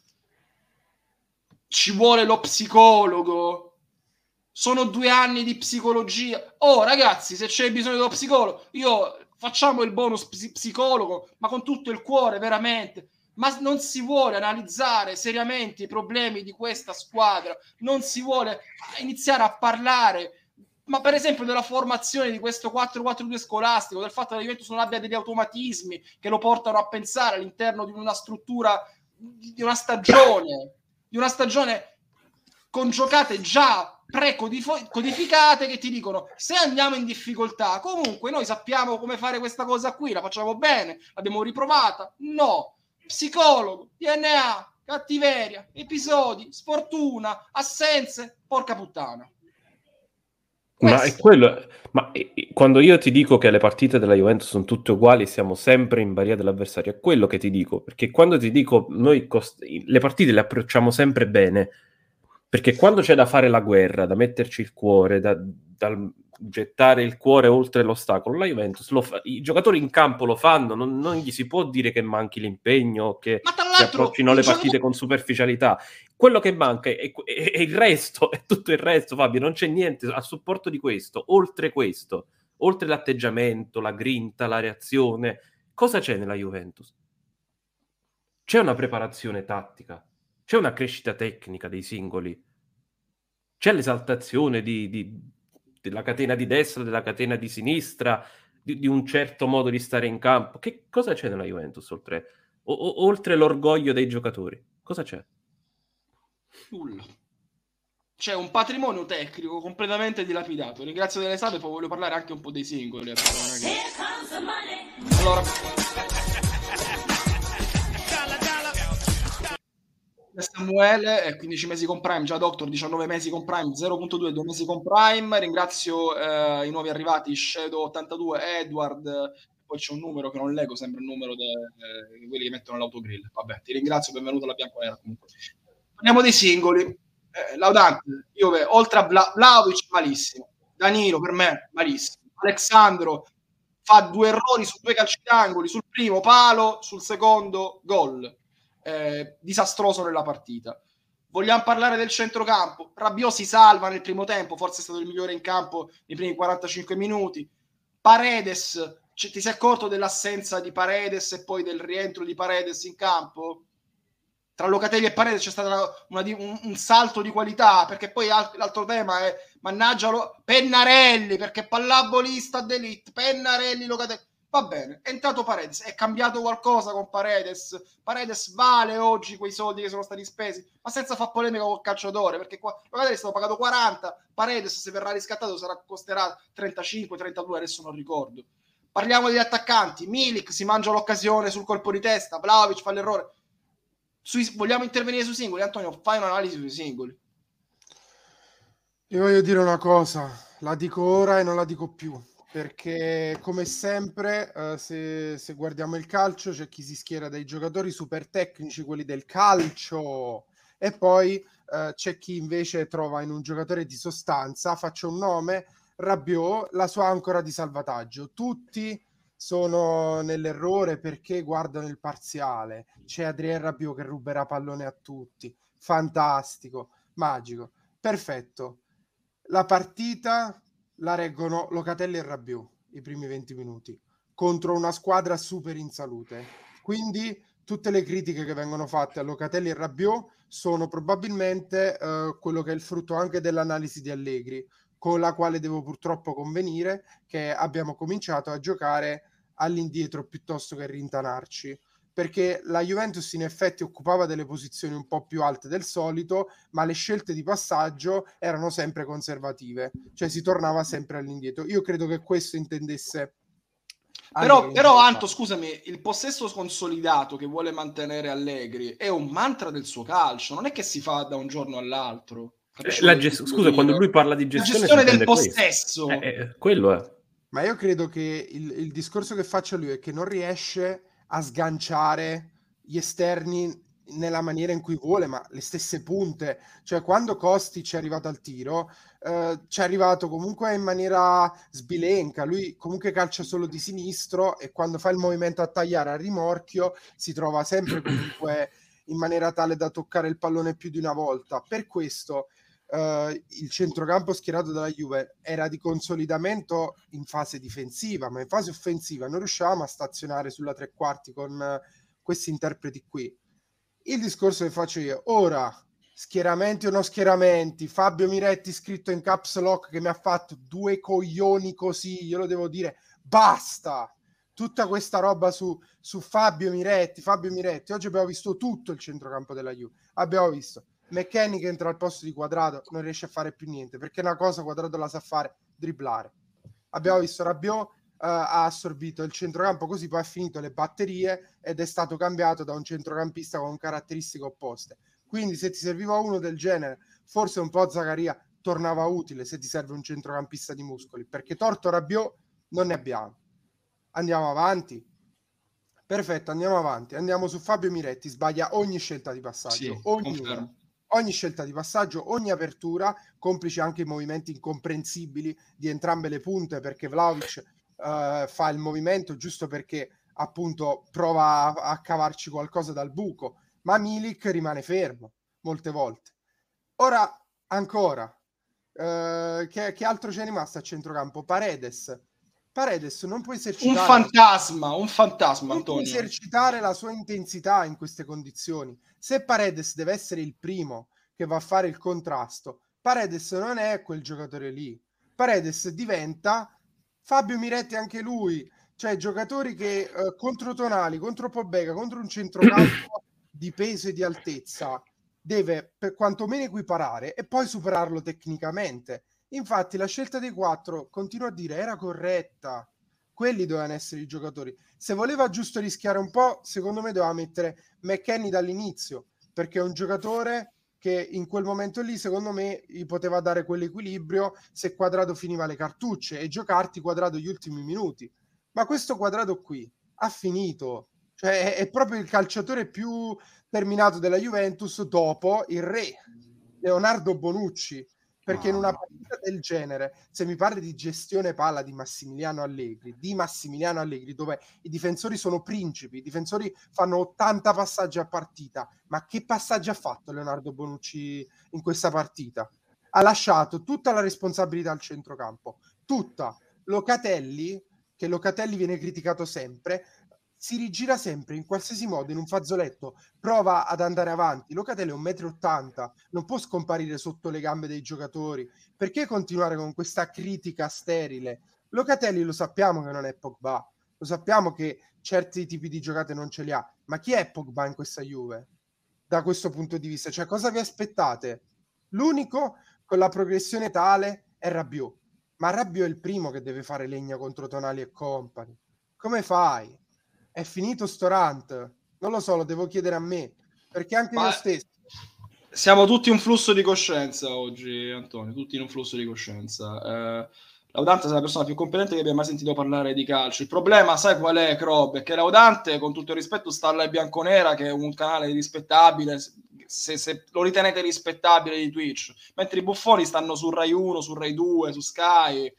Ci vuole lo psicologo. Sono due anni di psicologia. Oh, ragazzi, se c'è bisogno dello psicologo, io facciamo il bonus ps- psicologo, ma con tutto il cuore, veramente. Ma non si vuole analizzare seriamente i problemi di questa squadra, non si vuole iniziare a parlare, ma per esempio della formazione di questo quattro quattro due scolastico, del fatto che la Juventus non abbia degli automatismi che lo portano a pensare all'interno di una struttura, di una stagione, di una stagione con giocate già pre-codificate che ti dicono se andiamo in difficoltà, comunque noi sappiamo come fare questa cosa qui, la facciamo bene, l'abbiamo riprovata. No. Psicologo, D N A, cattiveria, episodi, sfortuna, assenze, porca puttana.
Ma
Questo.
è quello. Ma eh, quando io ti dico che le partite della Juventus sono tutte uguali, siamo sempre in balia dell'avversario, è quello che ti dico. Perché quando ti dico noi cost- le partite le approcciamo sempre bene, perché quando c'è da fare la guerra, da metterci il cuore, da, da gettare il cuore oltre l'ostacolo, la Juventus lo fa, i giocatori in campo lo fanno, non, non gli si può dire che manchi l'impegno, che si approccino le partite con superficialità. Quello che manca è, è, è il resto, è tutto il resto, Fabio, non c'è niente a supporto di questo, oltre questo, oltre l'atteggiamento, la grinta, la reazione. Cosa c'è nella Juventus? C'è una preparazione tattica, c'è una crescita tecnica dei singoli, c'è l'esaltazione di, di, della catena di destra, della catena di sinistra, di, di un certo modo di stare in campo. Che cosa c'è nella Juventus oltre, o, o, oltre l'orgoglio dei giocatori? Cosa c'è?
Nulla. C'è un patrimonio tecnico completamente dilapidato. Ringrazio dell'estate, poi voglio parlare anche un po' dei singoli. Allora, Samuele, eh, quindici mesi con Prime, già Doctor diciannove mesi con Prime, zero virgola due, due mesi con Prime. Ringrazio eh, i nuovi arrivati, Shadow ottantadue, Edward, poi c'è un numero che non leggo, sembra il numero di eh, quelli che mettono l'autogrill. Vabbè, ti ringrazio, benvenuto alla Bianconera comunque. Parliamo dei singoli. Eh, Laudante, io oltre a Vla- Vlahovic malissimo, Danilo per me malissimo, Alexandro fa due errori su due calci d'angoli, sul primo palo, sul secondo gol. Eh, disastroso nella partita. Vogliamo parlare del centrocampo? Rabiot si salva nel primo tempo, forse è stato il migliore in campo nei primi quarantacinque minuti. Paredes, c- ti sei accorto dell'assenza di Paredes e poi del rientro di Paredes in campo? Tra Locatelli e Paredes c'è stato una, una, un, un salto di qualità, perché poi alt- l'altro tema è mannaggia lo- Pennarelli, perché pallavolista d'elite, Pennarelli, Locatelli. Va bene, è entrato Paredes, è cambiato qualcosa con Paredes? Paredes vale oggi quei soldi che sono stati spesi, ma senza far polemica col calciatore, perché qua magari è stato pagato quaranta, Paredes se verrà riscattato sarà costerà trentacinque trentadue, adesso non ricordo. Parliamo degli attaccanti, Milik si mangia l'occasione sul colpo di testa, Vlahovic fa l'errore. Sui, vogliamo intervenire sui singoli? Antonio, fai un'analisi sui singoli.
Io voglio dire una cosa, la dico ora e non la dico più. Perché come sempre eh, se, se guardiamo il calcio c'è chi si schiera dai giocatori super tecnici, quelli del calcio, e poi eh, c'è chi invece trova in un giocatore di sostanza, faccio un nome, Rabiot, la sua ancora di salvataggio. Tutti sono nell'errore perché guardano il parziale, c'è Adrien Rabiot che ruberà pallone a tutti, fantastico, magico, perfetto. La partita la reggono Locatelli e Rabiot i primi venti minuti contro una squadra super in salute, quindi tutte le critiche che vengono fatte a Locatelli e Rabiot sono probabilmente eh, quello che è il frutto anche dell'analisi di Allegri, con la quale devo purtroppo convenire che abbiamo cominciato a giocare all'indietro piuttosto che rintanarci. perché la Juventus in effetti occupava delle posizioni un po' più alte del solito, ma le scelte di passaggio erano sempre conservative, cioè si tornava sempre all'indietro. Io credo che questo intendesse.
Però, però Anto, scusami, il possesso consolidato che vuole mantenere Allegri è un mantra del suo calcio, non è che si fa da un giorno all'altro.
La gest- scusa, quando lui parla di gestione,
la gestione del possesso,
eh, eh, quello è.
Ma io credo che il, il discorso che faccia lui è che non riesce a sganciare gli esterni nella maniera in cui vuole, ma le stesse punte, cioè quando Kostic è arrivato al tiro eh, ci è arrivato comunque in maniera sbilenca, lui comunque calcia solo di sinistro e quando fa il movimento a tagliare a rimorchio si trova sempre comunque in maniera tale da toccare il pallone più di una volta. Per questo Uh, il centrocampo schierato dalla Juve era di consolidamento in fase difensiva, ma in fase offensiva non riuscivamo a stazionare sulla tre quarti con uh, questi interpreti qui. Il discorso che faccio io ora, schieramenti o no schieramenti, Fabio Miretti scritto in caps lock che mi ha fatto due coglioni così, io lo devo dire, basta tutta questa roba su, su Fabio Miretti Fabio Miretti. Oggi abbiamo visto tutto il centrocampo della Juve, abbiamo visto McKennie che entra al posto di Quadrato, non riesce a fare più niente, perché una cosa Quadrato la sa fare, dribblare. Abbiamo visto Rabiot uh, ha assorbito il centrocampo, così poi ha finito le batterie ed è stato cambiato da un centrocampista con caratteristiche opposte. Quindi se ti serviva uno del genere, forse un po' Zaccaria tornava utile se ti serve un centrocampista di muscoli, perché torto Rabiot non ne abbiamo. Andiamo avanti. Perfetto, andiamo avanti. Andiamo su Fabio Miretti, sbaglia ogni scelta di passaggio,
sì,
ogni ogni scelta di passaggio, ogni apertura, complice anche i movimenti incomprensibili di entrambe le punte, perché Vlahovic uh, fa il movimento giusto perché appunto prova a, a cavarci qualcosa dal buco, ma Milik rimane fermo molte volte. Ora ancora uh, che, che altro c'è rimasto a centrocampo? Paredes Paredes non può esercitare
un fantasma, un fantasma,
non
Antonio.
può esercitare la sua intensità in queste condizioni. Se Paredes deve essere il primo che va a fare il contrasto, Paredes non è quel giocatore lì. Paredes diventa Fabio Miretti anche lui, cioè giocatori che eh, contro Tonali, contro Pobega, contro un centrocampo di peso e di altezza deve per quantomeno equiparare e poi superarlo tecnicamente. Infatti la scelta dei quattro, continuo a dire, era corretta. Quelli dovevano essere i giocatori. Se voleva giusto rischiare un po', secondo me doveva mettere McKennie dall'inizio, perché è un giocatore che in quel momento lì, secondo me, gli poteva dare quell'equilibrio se Quadrato finiva le cartucce e giocarti Quadrato gli ultimi minuti. Ma questo Quadrato qui ha finito. Cioè è, è proprio il calciatore più terminato della Juventus dopo il re, Leonardo Bonucci. Perché in una partita del genere, se mi parli di gestione palla di Massimiliano Allegri, di Massimiliano Allegri, dove i difensori sono principi, i difensori fanno ottanta passaggi a partita, ma che passaggi ha fatto Leonardo Bonucci in questa partita? Ha lasciato tutta la responsabilità al centrocampo, tutta. Locatelli, che Locatelli viene criticato sempre, si rigira sempre in qualsiasi modo in un fazzoletto, prova ad andare avanti. Locatelli è un metro e ottanta, non può scomparire sotto le gambe dei giocatori. Perché continuare con questa critica sterile? Locatelli lo sappiamo che non è Pogba, lo sappiamo che certi tipi di giocate non ce li ha, ma chi è Pogba in questa Juve? Da questo punto di vista, cioè cosa vi aspettate? L'unico con la progressione tale è Rabiot, ma Rabiot è il primo che deve fare legna contro Tonali e compagni. Come fai? È finito sto rant? Non lo so, lo devo chiedere a me, perché anche
Ma
io stesso.
Siamo tutti in flusso di coscienza oggi, Antonio, tutti in un flusso di coscienza. Eh, Laudante è la persona più competente che abbia mai sentito parlare di calcio. Il problema, sai qual è, Crob? È che Laudante, con tutto il rispetto, sta alla Bianconera, che è un canale rispettabile, se, se lo ritenete rispettabile, di Twitch, mentre i buffoni stanno su Rai uno, su Rai due, su Sky,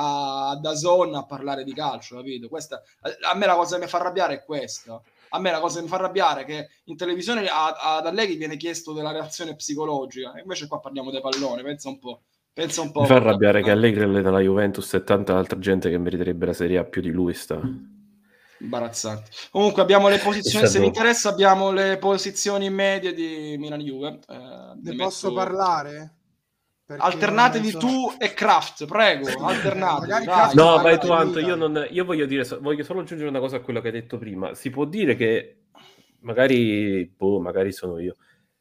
a DAZN a parlare di calcio, capito? Questa, a me la cosa che mi fa arrabbiare è questa. A me la cosa che mi fa arrabbiare è che in televisione ad Allegri viene chiesto della reazione psicologica, e invece qua parliamo dei palloni. Pensa un po'. Pensa un po'.
Mi fa arrabbiare che Allegri allena la Juventus e tanta altra gente che meriterebbe la Serie A più di lui sta.
Imbarazzante. Comunque abbiamo le posizioni, se vi interessa abbiamo le posizioni medie di Milan-Juve. Eh,
ne ne posso metto... parlare?
Perché alternatevi so... tu e Kraft, prego, alternatevi.
Dai. No, vai tu Anto, io, non, io voglio dire, voglio solo aggiungere una cosa a quello che hai detto prima. Si può dire che magari, boh, magari sono io.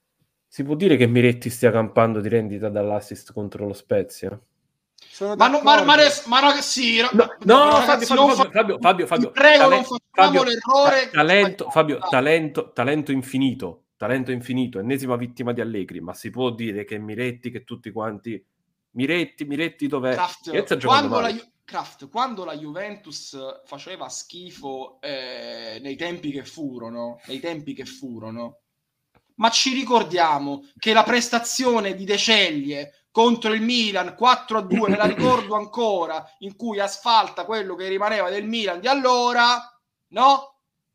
Si può dire che Miretti stia campando di rendita dall'assist contro lo Spezia?
Sono
Ma, no, ma, ma,
d'accordo.
ma no, sì, ra-
No,
no,
no,
ragazzi,
Fabio,
non
Fabio,
fa-
Fabio, Fabio, Fabio,
vi prego,
tale-
non facciamo
Fabio,
l'errore.
ta- talento, Fabio,
Dai.
talento, talento infinito, talento infinito, ennesima vittima di Allegri, ma si può dire che Miretti, che tutti quanti, Miretti, Miretti dov'è?
Kraft,
Miretti sta giocando
quando la,
male.
Ju- Kraft, quando la Juventus faceva schifo eh, nei tempi che furono, nei tempi che furono, ma ci ricordiamo che la prestazione di De Ceglie contro il Milan quattro a due, me la ricordo ancora, in cui asfalta quello che rimaneva del Milan di allora, no?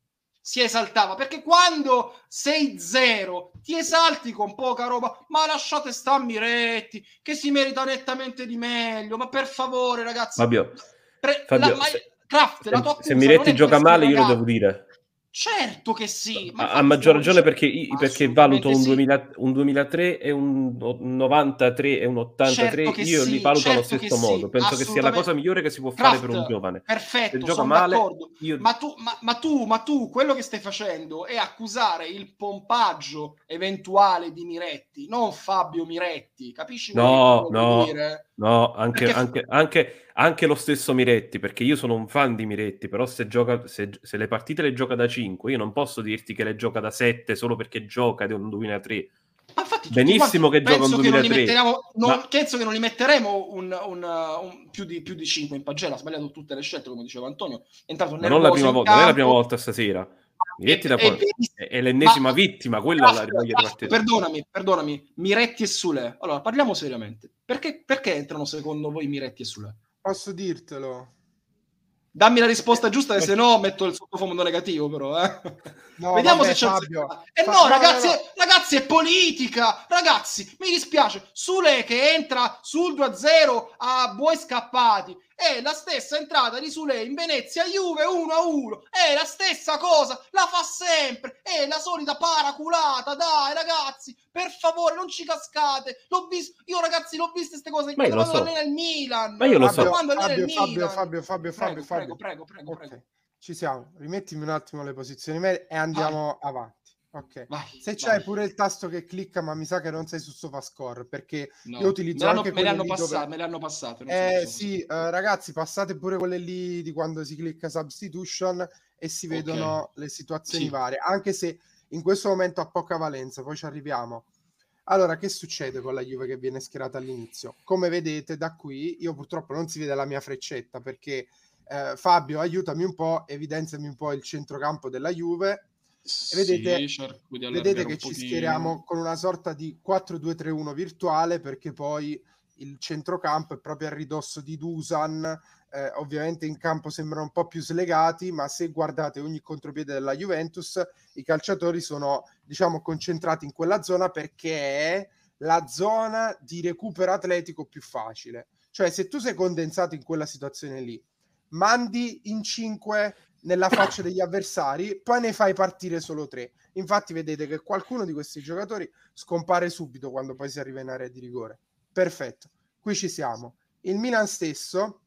Si esaltava, perché quando sei zero ti esalti con poca roba, ma lasciate sta Miretti che si merita nettamente di meglio, ma per favore ragazzi,
Fabio,
pre-
Fabio
la, ma,
se,
Kraft,
se,
la tua
se
accusa
Miretti
non è
gioca
questa,
male io lo
ragazzi.
devo dire.
Certo che sì, ma
A, a
infatti
maggior
stavo
ragione
dicendo-
perché, perché
assolutamente
valuto un,
sì.
duemila, un duemilatré e un novantatré e un ottantatré,
Certo che
io li
sì,
valuto allo
certo che
stesso
sì,
modo. Penso che sia la cosa migliore che si può fare per un
Kraft,
giovane. Se
perfetto,
gioca
sono
male,
d'accordo.
io...
Ma tu, ma, ma tu, ma tu, quello che stai facendo è accusare il pompaggio eventuale di Miretti, non Fabio Miretti. Capisci quello
No,
che ti voglio
no,
dire?
no, anche,
Perché-
anche, anche, anche lo stesso Miretti, perché io sono un fan di Miretti, però se, gioca, se, se le partite le gioca da cinque, io non posso dirti che le gioca da sette solo perché gioca ed è un duemilatré.
Ma infatti tutti
Benissimo
quanti,
che gioca un
penso che non li
duemilatré,
metteremo, non,
ma-
penso che non li metteremo un, un, un- più, di, più di cinque in pagella. Ha sbagliato tutte le scelte, come diceva Antonio. È entrato
ma non la
nervoso
prima
in
volta, non è la prima
campo.
volta stasera. Miretti da
È- è
quando-
verissimo.
è, è l'ennesima
Ma-
vittima, quella la
Kraft,
voglia di
Kraft,
partire.
Perdonami, perdonami, Miretti e Sule. Allora, parliamo seriamente. Perché, perché entrano secondo voi Miretti e Sule?
Posso dirtelo?
Dammi la risposta giusta, che se no metto il sottofondo negativo, però. Eh.
No,
Vediamo
vabbè,
se c'è il
Fabio.
secco. Eh
Fa-
no,
no,
ragazzi,
no, no.
ragazzi, è politica. Ragazzi, mi dispiace. Sule che entra sul due a zero a buoi scappati. È la stessa entrata di Sule in Venezia Juve uno a uno. È la stessa cosa, la fa sempre. È la solita paraculata. Dai, ragazzi, per favore, non ci cascate. L'ho visto, io ragazzi, l'ho viste queste cose
Ma io
quando
lo so.
allena il Milan.
Ma io lo
Fabio,
so.
Quando allena
Fabio,
il
Fabio,
Milan.
Fabio, Fabio, Fabio,
Prego,
Fabio.
prego, prego, prego,
Ok,
prego.
ci siamo. Rimettimi un attimo le posizioni medie e andiamo avanti. Ok.
Vai,
Se
vai.
c'hai pure il tasto che clicca, ma mi sa che non sei su SofaScore, perché
No.
io utilizzo
me l'hanno,
anche
me le
quelle
hanno
lì
passate,
dove...
me le hanno passate. non
Eh
so se-
sì, eh, ragazzi, passate pure quelle lì di quando si clicca substitution e si
Ok.
vedono le situazioni
Sì.
varie, anche se in questo momento ha poca valenza, poi ci arriviamo. Allora, che succede con la Juve che viene schierata all'inizio? Come vedete da qui, io purtroppo non si vede la mia freccetta perché eh, Fabio, aiutami un po', evidenziami un po' il centrocampo della Juve. E vedete,
Sì, cerco di allargare
vedete
un
che ci
pochino.
schieriamo con una sorta di quattro due tre uno virtuale, perché poi il centrocampo è proprio a ridosso di Dusan. Eh, ovviamente in campo sembrano un po' più slegati, ma se guardate ogni contropiede della Juventus, i calciatori sono, diciamo, concentrati in quella zona perché è la zona di recupero atletico più facile. Cioè, se tu sei condensato in quella situazione lì, mandi in cinque nella faccia degli avversari, poi ne fai partire solo tre. Infatti vedete che qualcuno di questi giocatori scompare subito quando poi si arriva in area di rigore. Perfetto, qui ci siamo. Il Milan stesso,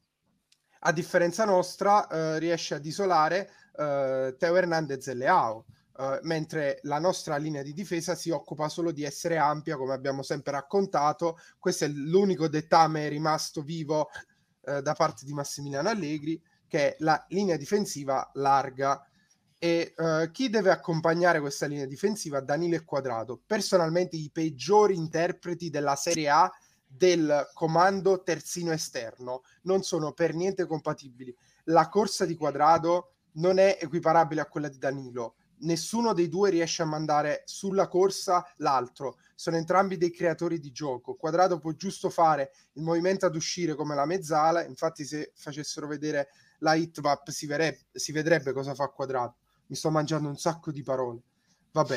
a differenza nostra, eh, riesce ad isolare eh, Teo Hernandez e Leao, eh, mentre la nostra linea di difesa si occupa solo di essere ampia, come abbiamo sempre raccontato. Questo è l'unico dettame rimasto vivo eh, da parte di Massimiliano Allegri, che è la linea difensiva larga. E uh, chi deve accompagnare questa linea difensiva? Danilo e Quadrado, personalmente i peggiori interpreti della Serie A del comando terzino esterno, non sono per niente compatibili. La corsa di Quadrado non è equiparabile a quella di Danilo, nessuno dei due riesce a mandare sulla corsa l'altro, sono entrambi dei creatori di gioco. Quadrado può giusto fare il movimento ad uscire come la mezzala, infatti se facessero vedere la hitmap si, verrebbe, si vedrebbe cosa fa Quadrado. Mi sto mangiando un sacco di parole. Vabbè.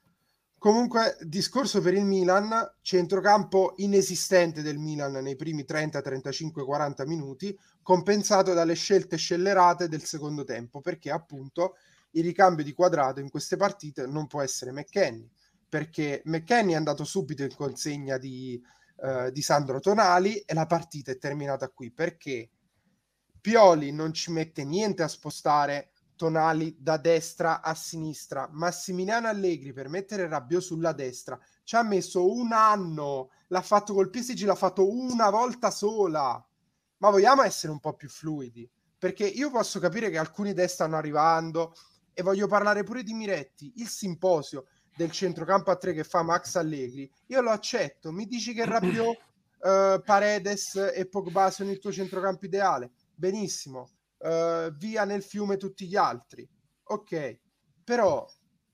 Comunque, discorso per il Milan, centrocampo inesistente del Milan nei primi trenta, trentacinque, quaranta minuti, compensato dalle scelte scellerate del secondo tempo, perché appunto il ricambio di Quadrado in queste partite non può essere McKennie, perché McKennie è andato subito in consegna di, uh, di Sandro Tonali e la partita è terminata qui, perché Pioli non ci mette niente a spostare Tonali da destra a sinistra. Massimiliano Allegri per mettere Rabiot sulla destra ci ha messo un anno, l'ha fatto col P S G, l'ha fatto una volta sola. Ma vogliamo essere un po' più fluidi? Perché io posso capire che alcune idee stanno arrivando e voglio parlare pure di Miretti, il simposio del centrocampo a tre che fa Max Allegri, io lo accetto. Mi dici che Rabiot, uh, Paredes e Pogba sono il tuo centrocampo ideale? Benissimo. Uh, via nel fiume tutti gli altri, ok, però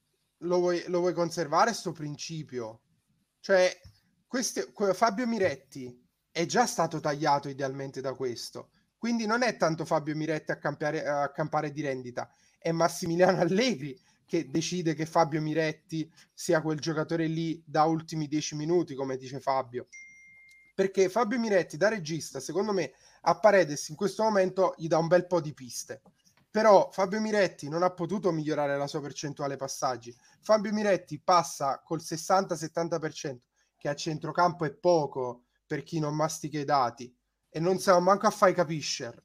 lo vuoi, lo vuoi conservare sto principio? Cioè queste, Fabio Miretti è già stato tagliato idealmente da questo, quindi non è tanto Fabio Miretti a campare, a campare di rendita, è Massimiliano Allegri che decide che Fabio Miretti sia quel giocatore lì da ultimi dieci minuti, come dice Fabio, perché Fabio Miretti da regista secondo me a Paredes in questo momento gli dà un bel po' di piste, però Fabio Miretti non ha potuto migliorare la sua percentuale passaggi. Fabio Miretti passa col sessanta settanta per cento, che a centrocampo è poco per chi non mastica i dati, e non siamo manco a fare capiscer.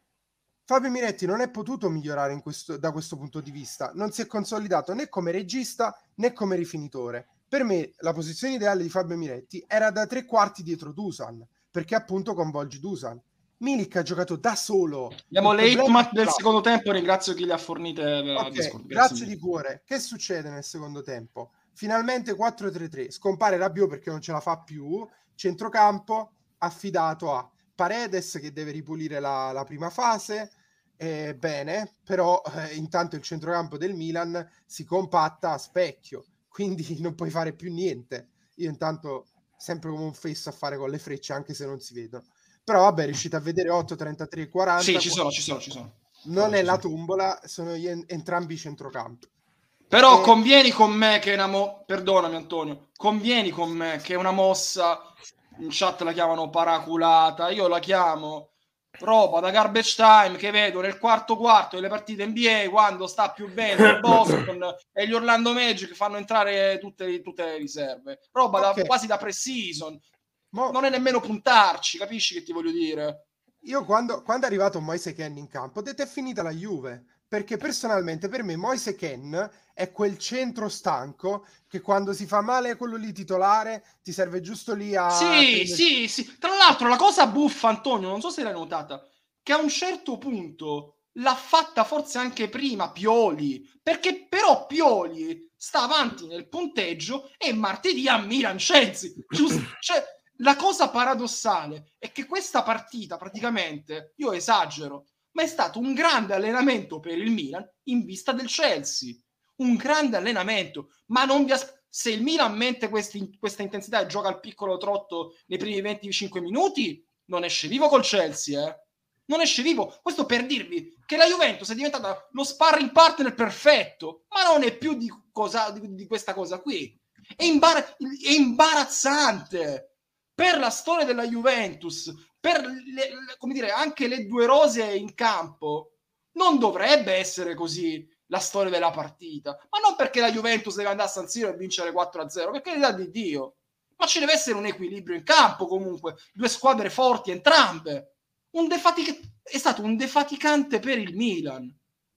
Fabio Miretti non è potuto migliorare in questo, da questo punto di vista, non si è consolidato né come regista né come rifinitore. Per me la posizione ideale di Fabio Miretti era da tre quarti dietro Dusan, perché appunto coinvolge Dusan. Milik ha giocato da solo.
Abbiamo l'Eitmat del secondo tempo, ringrazio chi le ha fornite.
Okay, grazie, grazie di cuore. Che succede nel secondo tempo? Finalmente quattro tre tre, scompare Rabiot perché non ce la fa più, centrocampo affidato a Paredes che deve ripulire la, la prima fase, eh, bene, però eh, intanto il centrocampo del Milan si compatta a specchio, quindi non puoi fare più niente. Io intanto sempre come un fesso a fare con le frecce anche se non si vedono. Però vabbè, riuscite a vedere otto, trentatré, quaranta.
Sì, ci sono, ci sono, ci sono.
Non
ci
è
sono.
la tombola, sono gli en- entrambi i centrocampi.
Però
E...
convieni con me che è una mo- perdonami Antonio, convieni con me che è una mossa, in chat la chiamano paraculata, io la chiamo roba da garbage time che vedo nel quarto quarto delle partite N B A quando sta più bene il Boston e gli Orlando Magic fanno entrare tutte, tutte le riserve. Roba
okay.
da, quasi da pre-season.
Mo...
Non è nemmeno puntarci, capisci che ti voglio dire?
Io quando, quando è arrivato Moise Kean in campo ho detto è finita la Juve, perché personalmente per me Moise Kean è quel centro stanco che quando si fa male quello lì titolare ti serve giusto lì a...
Sì,
prendere...
sì, sì. Tra l'altro la cosa buffa, Antonio, non so se l'hai notata, che a un certo punto l'ha fatta forse anche prima Pioli, perché però Pioli sta avanti nel punteggio e martedì a Milan-Chelsea, giusto? Cioè, la cosa paradossale è che questa partita praticamente, io esagero, ma è stato un grande allenamento per il Milan in vista del Chelsea. Un grande allenamento, ma non vi as- se il Milan mette questi, questa intensità e gioca al piccolo trotto nei primi venticinque minuti, non esce vivo col Chelsea, eh? Non esce vivo. Questo per dirvi che la Juventus è diventata lo sparring partner perfetto, ma non è più di, cosa, di, di questa cosa qui. È, imbar- è imbarazzante per la storia della Juventus, per le, le, come dire, anche le due rose in campo. Non dovrebbe essere così la storia della partita, ma non perché la Juventus deve andare a San Siro e vincere quattro a zero, per carità di Dio, ma ci deve essere un equilibrio in campo comunque, due squadre forti entrambe. Un defatic- è stato un defaticante per il Milan,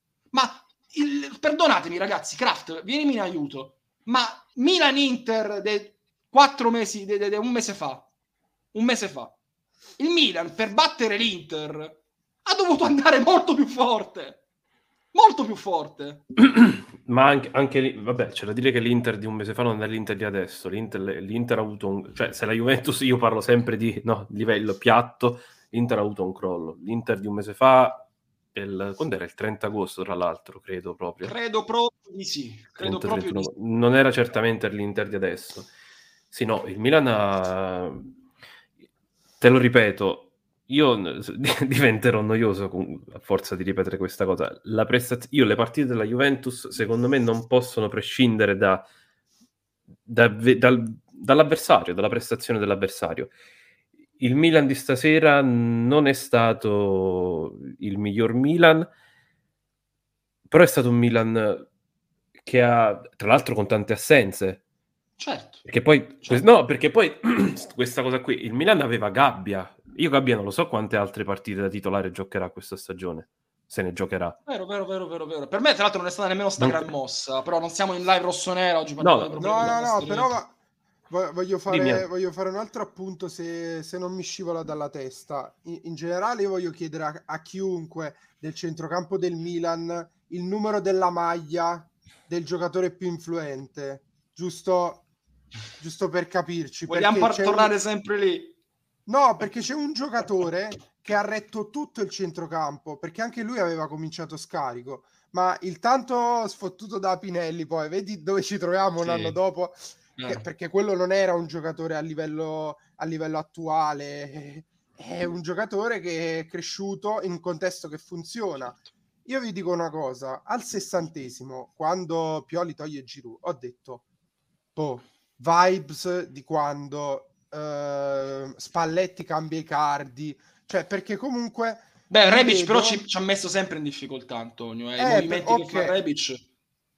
ma il, perdonatemi ragazzi, Kraft, vienimi in aiuto, ma Milan-Inter de quattro mesi, de, de, de un mese fa, un mese fa, il Milan per battere l'Inter ha dovuto andare molto più forte. Molto più forte.
Ma anche, anche lì, vabbè, c'è da dire che l'Inter di un mese fa non è l'Inter di adesso. L'Inter, l'Inter ha avuto un... Cioè, se la Juventus, io parlo sempre di no, livello piatto, l'Inter ha avuto un crollo. L'Inter di un mese fa, il, quando era? Il trenta agosto, tra l'altro, credo proprio.
Credo proprio di sì. Credo
trenta,
proprio di sì.
Non era certamente l'Inter di adesso. Sì, no, il Milan ha... Te lo ripeto, io diventerò noioso con, a forza di ripetere questa cosa. La prestaz- io le partite della Juventus secondo me non possono prescindere da, da, dal, dall'avversario, dalla prestazione dell'avversario. Il Milan di stasera non è stato il miglior Milan, però è stato un Milan che ha, tra l'altro, con tante assenze.
Certo.
Perché poi,
certo.
no, perché poi questa cosa qui, il Milan aveva Gabbia. Io Gabbia non lo so quante altre partite da titolare giocherà questa stagione. se ne giocherà.
Vero, vero, vero, vero, vero. Per me, tra l'altro, non è stata nemmeno sta
Non-
gran mossa. Però non siamo in live rossonera oggi.
No,
parliamo di
No,
problemi
no,
della
no,
nostra
però
legge.
va- vo- voglio
Dimmi.
fare, voglio fare un altro appunto se, se non mi scivola dalla testa. In, in generale io voglio chiedere a, a chiunque del centrocampo del Milan il numero della maglia del giocatore più influente, giusto, giusto per capirci.
Vogliamo
perché
par-
c'è un-
tornare sempre lì.
No, perché c'è un giocatore che ha retto tutto il centrocampo, perché anche lui aveva cominciato scarico, ma il tanto sfottuto da Pinelli, poi vedi dove ci troviamo un
Sì.
anno dopo, che-
Eh.
perché quello non era un giocatore a livello, a livello attuale, è un giocatore che è cresciuto in un contesto che funziona. Io vi dico una cosa, al sessantesimo, quando Pioli toglie Giroud, ho detto, boh, vibes di quando eh, Spalletti cambia i cardi, cioè perché comunque
Beh,
li
Rebic
vedo-
però ci, ci ha messo sempre in difficoltà, Antonio. Eh. I
Eh,
movimenti
per-
che fa
ok.
Rebic.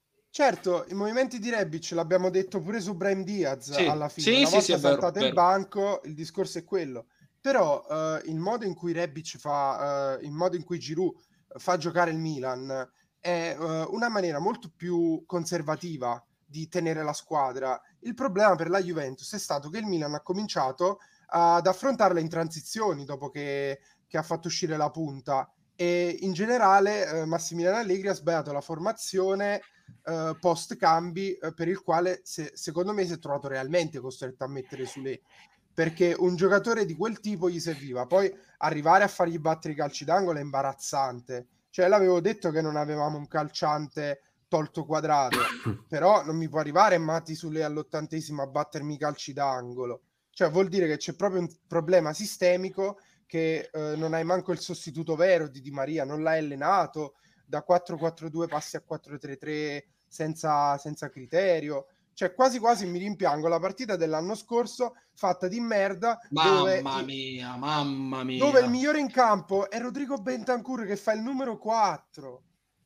Certo, i movimenti di Rebic l'abbiamo detto pure su Brahim Diaz
Sì,
alla fine,
sì,
una
sì,
volta
sì, è vero,
saltato il
vero.
banco, il discorso è quello. Però eh, il modo in cui Rebic fa, eh, il modo in cui Giroud fa giocare il Milan è eh, una maniera molto più conservativa di tenere la squadra. Il problema per la Juventus è stato che il Milan ha cominciato ad affrontarla in transizioni dopo che, che ha fatto uscire la punta e in generale eh, Massimiliano Allegri ha sbagliato la formazione eh, post cambi eh, per il quale se, secondo me si è trovato realmente costretto a mettere Soulé, perché un giocatore di quel tipo gli serviva. Poi arrivare a fargli battere i calci d'angolo è imbarazzante, cioè l'avevo detto che non avevamo un calciante tolto Quadrato, però non mi può arrivare Matti Soulé all'ottantesimo a battermi i calci d'angolo, cioè vuol dire che c'è proprio un problema sistemico, che eh, non hai manco il sostituto vero di Di Maria, non l'hai allenato, da quattro quattro due passi a quattro tre tre senza, senza criterio, cioè quasi quasi mi rimpiango la partita dell'anno scorso fatta di merda, dove,
Mamma mia, mamma mia.
dove il migliore in campo è Rodrigo Bentancur che fa il numero quattro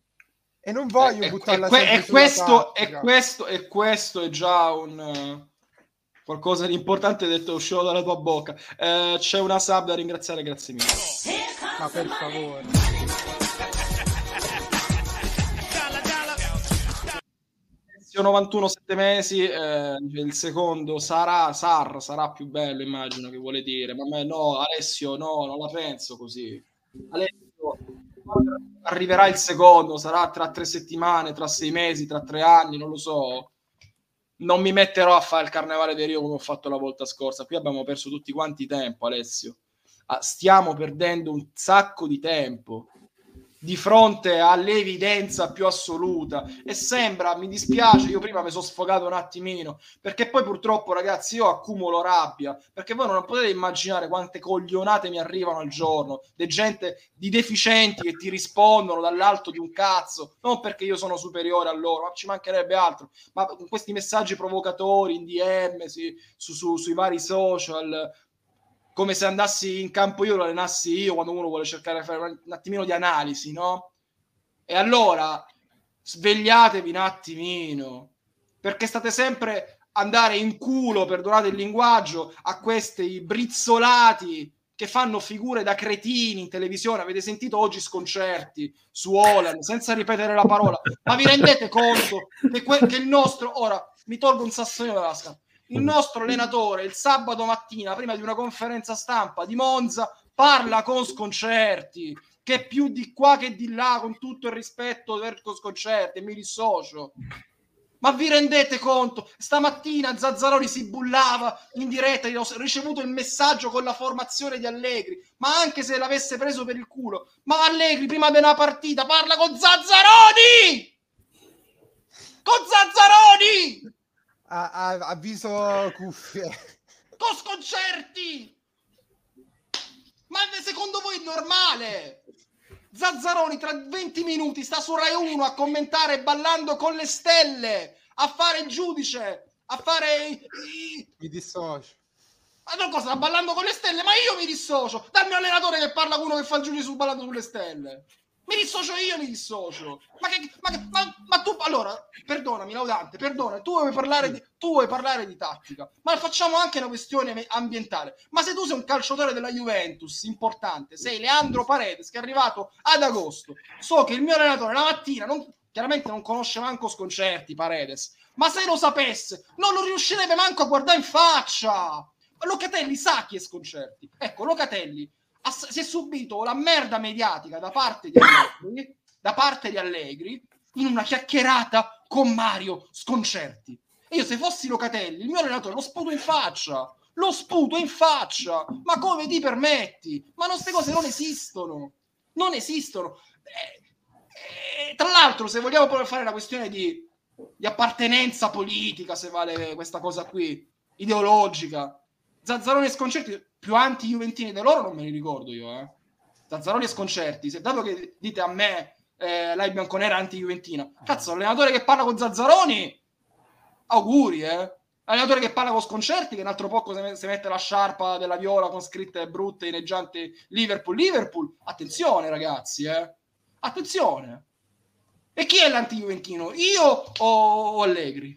e non voglio
E- e-
buttarla
e que-
sempre
e
sulla
questo, e
tattica.
questo e questo è già un eh, qualcosa di importante detto uscito dalla tua bocca. Eh, c'è una sub da ringraziare, grazie mille.
Ma per favore.
novantuno, sette mesi, eh, il secondo sarà Sar, sarà più bello, immagino che vuole dire. Ma me, no, Alessio, no, non la penso così. Alessio, quando arriverà il secondo, sarà tra tre settimane, tra sei mesi, tra tre anni, non lo so. Non mi metterò a fare il carnevale di Rio come ho fatto la volta scorsa. Qui abbiamo perso tutti quanti tempo, Alessio. Ah, stiamo perdendo un sacco di tempo di fronte all'evidenza più assoluta e sembra, mi dispiace, io prima mi sono sfogato un attimino perché poi purtroppo ragazzi io accumulo rabbia perché voi non potete immaginare quante coglionate mi arrivano al giorno, di gente, di deficienti che ti rispondono dall'alto di un cazzo, non perché io sono superiore a loro, ma ci mancherebbe altro, ma con questi messaggi provocatori in D M sì, su, su, sui vari social, come se andassi in campo io, lo allenassi io, quando uno vuole cercare di fare un attimino di analisi, no? E allora svegliatevi un attimino, perché state sempre andare in culo, perdonate il linguaggio, a questi brizzolati che fanno figure da cretini in televisione. Avete sentito oggi sconcerti su Haaland, senza ripetere la parola, ma vi rendete conto che, que- che il nostro, ora mi tolgo un sassolino dalla scarpa, il nostro allenatore il sabato mattina prima di una conferenza stampa di Monza parla con Sconcerti, che è più di qua che di là, con tutto il rispetto per Sconcerti, e mi dissocio. Ma vi rendete conto? Stamattina Zazzaroni si bullava in diretta, ho ricevuto il messaggio con la formazione di Allegri, ma anche se l'avesse preso per il culo, ma Allegri prima della partita parla con Zazzaroni! Con Zazzaroni!
A, a, avviso cuffie.
Con Sconcerti! Ma secondo voi è normale? Zazzaroni tra venti minuti sta su Rai uno a commentare Ballando con le stelle, a fare il giudice, a fare i... i...
Mi dissocio.
Ma non cosa, sta Ballando con le stelle? Ma io mi dissocio dal mio allenatore che parla con uno che fa il giudice su Ballando con le stelle. Mi dissocio io, mi dissocio. Ma, che, ma, ma, ma tu, allora, perdonami, Laudante, perdona, tu vuoi parlare di, tu vuoi parlare di tattica, ma facciamo anche una questione ambientale. Ma se tu sei un calciatore della Juventus importante, sei Leandro Paredes, che è arrivato ad agosto, so che il mio allenatore la mattina, non, chiaramente non conosce manco Sconcerti, Paredes, ma se lo sapesse, non lo riuscirebbe manco a guardare in faccia. Locatelli sa chi è Sconcerti. Ecco, Locatelli si è subito la merda mediatica da parte di Allegri, da parte di Allegri in una chiacchierata con Mario Sconcerti. E io se fossi Locatelli, il mio allenatore lo sputo in faccia, lo sputo in faccia. Ma come ti permetti? Ma queste cose non esistono, non esistono. Eh, eh, tra l'altro, se vogliamo poi fare una questione di, di appartenenza politica, se vale questa cosa qui, ideologica, Zazzaroni e Sconcerti più anti-juventini di loro non me li ricordo io, eh. Zazzaroni e Sconcerti, se dato che dite a me eh, la bianconera anti-juventina, cazzo, l'allenatore che parla con Zazzaroni, auguri, eh. L'allenatore che parla con Sconcerti, che un altro poco si, si mette la sciarpa della viola con scritte brutte, ineggianti Liverpool, Liverpool, attenzione ragazzi, eh. Attenzione. E chi è l'anti-juventino? Io o, o Allegri?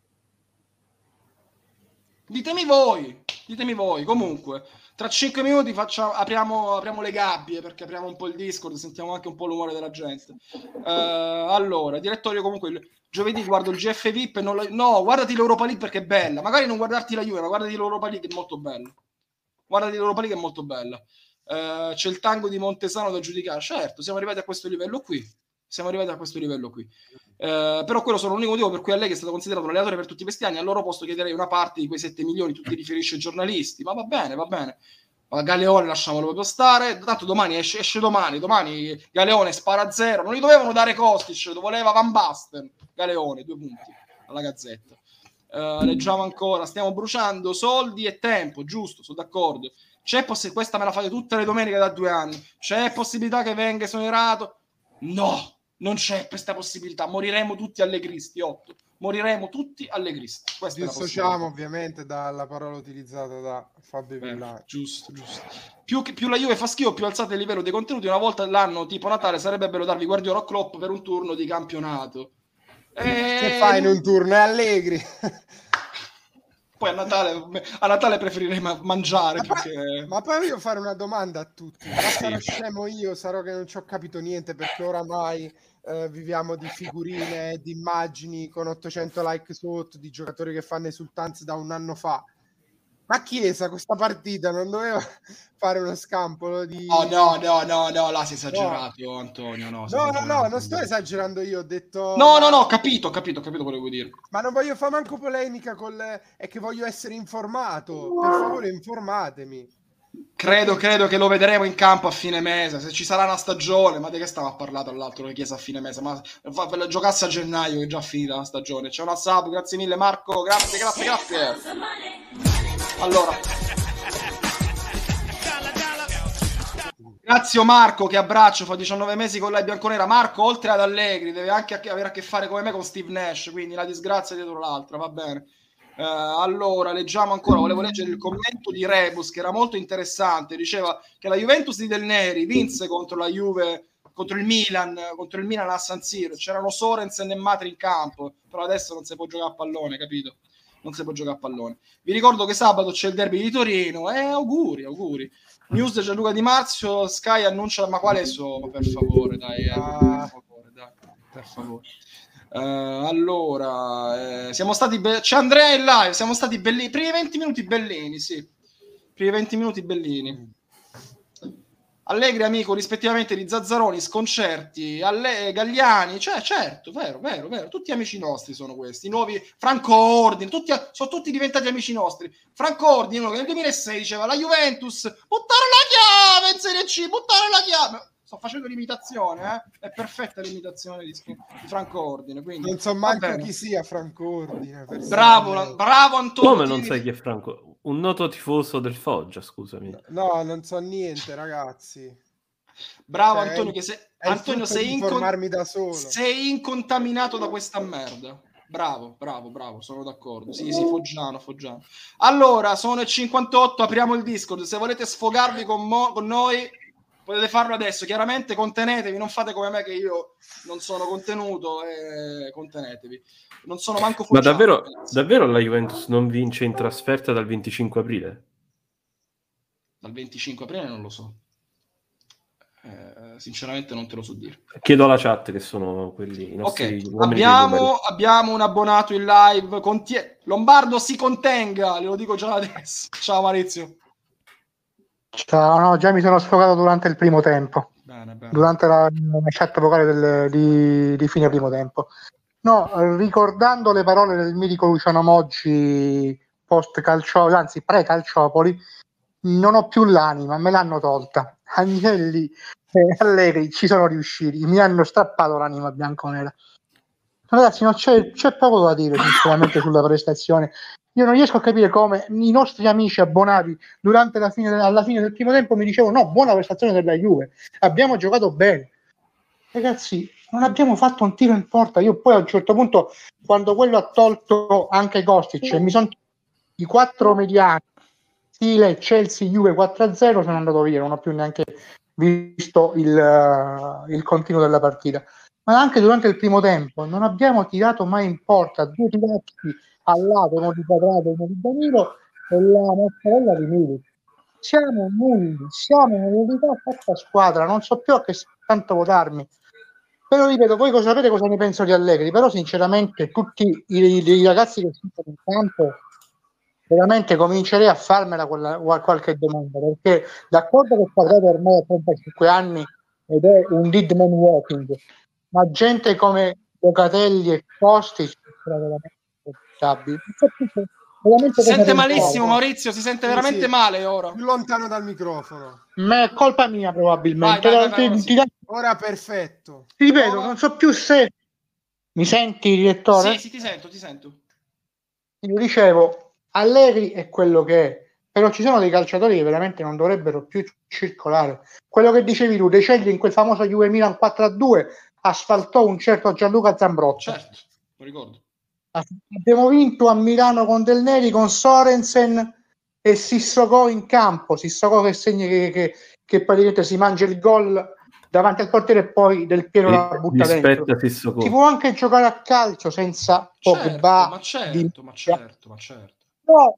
Ditemi voi, ditemi voi. Comunque, tra cinque minuti facciamo, apriamo, apriamo le gabbie, perché apriamo un po' il Discord, sentiamo anche un po' l'umore della gente. Uh, allora, direttorio, comunque, il giovedì guardo il G F V I P e non la, no, guardati l'Europa League perché è bella. Magari non guardarti la Juve, ma guardati l'Europa League, è molto bella. Guardati l'Europa League, è molto bella. Uh, c'è il tango di Montesano da giudicare. Certo, siamo arrivati a questo livello qui. Siamo arrivati a questo livello qui. Uh, però quello sono l'unico motivo per cui Allegri è stato considerato un allenatore per tutti questi anni. Al loro posto chiederei una parte di quei sette milioni, tutti riferisce ai giornalisti, ma va bene, va bene. Ma Galeone lasciamolo proprio stare, tanto domani esce, esce domani, domani Galeone spara a zero, non gli dovevano dare Kostic, lo voleva Van Basten, Galeone, due punti alla Gazzetta. Uh, leggiamo ancora, stiamo bruciando soldi e tempo, giusto, sono d'accordo. C'è possibilità, questa me la fate tutte le domeniche da due anni, c'è possibilità che venga esonerato? No! Non c'è questa possibilità, moriremo tutti allegristi, otto. Moriremo tutti allegristi.
Ci dissociamo ovviamente dalla parola utilizzata da Fabio Villani.
Giusto, giusto. Più, più la Juve fa schifo, più alzate il livello dei contenuti. Una volta all'anno, tipo Natale, sarebbe bello darvi Guardiola o Klopp per un turno di campionato.
E... Che fai in un turno? È Allegri.
Poi a Natale, a Natale preferirei ma- mangiare.
Ma,
perché...
poi, ma poi voglio fare una domanda a tutti. Ma sarò scemo io, sarò che non ci ho capito niente, perché oramai eh, viviamo di figurine, di immagini con ottocento like sotto, di giocatori che fanno esultanze da un anno fa. Ma Chiesa, questa partita non doveva fare uno scampolo di...
Oh, no, no, no, no, là sei esagerato, no. Antonio, no.
No, no, no, non sto esagerando io, ho detto...
No, no, no, ho capito, ho capito, ho capito quello che vuoi dire.
Ma non voglio fare manco polemica, col... è che voglio essere informato. Per favore, informatemi.
Credo, credo che lo vedremo in campo a fine mese, se ci sarà una stagione, ma di che stava a parlare tra l'altro la Chiesa a fine mese, ma giocasse a gennaio che è già finita la stagione. C'è una sub, grazie mille Marco, grazie, grazie, grazie. Allora, grazie Marco, che abbraccio, fa diciannove mesi con la bianconera. Marco, oltre ad Allegri, deve anche avere a che fare come me con Steve Nash, quindi la disgrazia dietro l'altra, va bene. Uh, allora, leggiamo ancora, volevo leggere il commento di Rebus, che era molto interessante, diceva che la Juventus di Del Neri vinse contro la Juve, contro il Milan, contro il Milan a San Siro, c'erano Sorensen e Matri in campo, però adesso non si può giocare a pallone, capito? Non si può giocare a pallone. Vi ricordo che sabato c'è il derby di Torino, e eh, auguri, auguri. News di Gianluca Di Marzio, Sky annuncia, ma quale sono, per favore, dai, eh, per favore, dai, per favore. Uh, allora, eh, siamo stati be- c'è Andrea in live, siamo stati belli, primi venti minuti bellini, sì, primi venti minuti bellini. Allegri amico rispettivamente di Zazzaroni, Sconcerti, Alle- Gagliani, cioè certo, vero, vero, vero, tutti amici nostri sono questi, i nuovi Franco Ordine, tutti, sono tutti diventati amici nostri. Franco Ordine che nel duemilasei diceva la Juventus, buttare la chiave in Serie C, buttare la chiave. Sto facendo l'imitazione, eh? È perfetta l'imitazione di, di Franco Ordine. Quindi,
non so manco chi sia Franco Ordine.
Bravo, la, bravo Antonio.
Come non sai chi è Franco? Un noto tifoso del Foggia, scusami.
No, non so niente, ragazzi.
Bravo
cioè,
Antonio, che se... Antonio sei, incon...
da solo.
sei incontaminato da questa merda. Bravo, bravo, bravo, sono d'accordo. Sì, sì, Foggiano, Foggiano. Allora, sono le cinquantotto, apriamo il Discord. Se volete sfogarvi con, mo... con noi... potete farlo adesso. Chiaramente contenetevi, non fate come me che io non sono contenuto, e contenetevi. Non sono manco
Ma
Foggiano,
davvero,
ragazzi.
davvero la Juventus non vince in trasferta dal venticinque aprile?
Dal venticinque aprile non lo so. Eh, sinceramente non te lo so dire.
Chiedo alla chat che sono quelli i nostri
Ok,
uomini dei numeri.
abbiamo, abbiamo un abbonato in live. Contie- Lombardo si contenga, glielo dico già adesso. Ciao Maurizio.
Ciao, no, già mi sono sfogato durante il primo tempo.
Bene, bene.
Durante la, la chat vocale del, di, di fine primo tempo. No, ricordando le parole del mitico Luciano Moggi post calcio, anzi pre calciopoli, non ho più l'anima, me l'hanno tolta. Agnelli e Allegri ci sono riusciti, mi hanno strappato l'anima bianconera. Ragazzi, non c'è, c'è poco da dire sinceramente sulla prestazione. Io non riesco a capire come i nostri amici abbonati durante la fine, alla fine del primo tempo mi dicevano no, buona prestazione della Juve, abbiamo giocato bene. Ragazzi, non abbiamo fatto un tiro in porta. Io poi a un certo punto, quando quello ha tolto anche Kostic, e mi sono i quattro mediani, stile Chelsea Juve quattro a zero, sono andato via, non ho più neanche visto il, uh, il continuo della partita. Ma anche durante il primo tempo non abbiamo tirato mai in porta, due tirati al lato, uno di Quadrato e uno di Danilo, e la mozzarella di Milik. Siamo nulli, siamo un'unità fatta squadra, non so più a che tanto votarmi. Però ripeto, voi cosa sapete cosa ne penso di Allegri? Però sinceramente tutti i, i ragazzi che sono in campo veramente comincerei a farmela quella, qualche domanda, perché d'accordo che Quadrato ormai ha trentacinque anni ed è un dead man walking, ma gente come Locatelli e Costi sono veramente accettabili.
Si sente malissimo, Maurizio, si sente sì, veramente sì. male ora.
Più lontano dal microfono.
Ma è colpa mia probabilmente.
Vai, vai, vai, vai,
ti, ti,
ora perfetto.
Ti ripeto, non so più se mi senti, direttore?
Sì, sì, ti sento, ti sento.
Io dicevo, Allegri è quello che è, però ci sono dei calciatori che veramente non dovrebbero più circolare. Quello che dicevi tu, De Cegli in quel famoso Juve Milan quattro a due asfaltò un certo Gianluca Zambrotta.
Certo, lo ricordo.
Abbiamo vinto a Milano con Del Neri, con Sorensen e Sissoko in campo. Sissoko che segna che, che, che praticamente si mangia il gol davanti al portiere e poi Del Piero la butta dentro.
Sissoko.
Si può anche giocare a calcio senza Pogba.
Certo, ma certo, ma certo, ma certo.
No,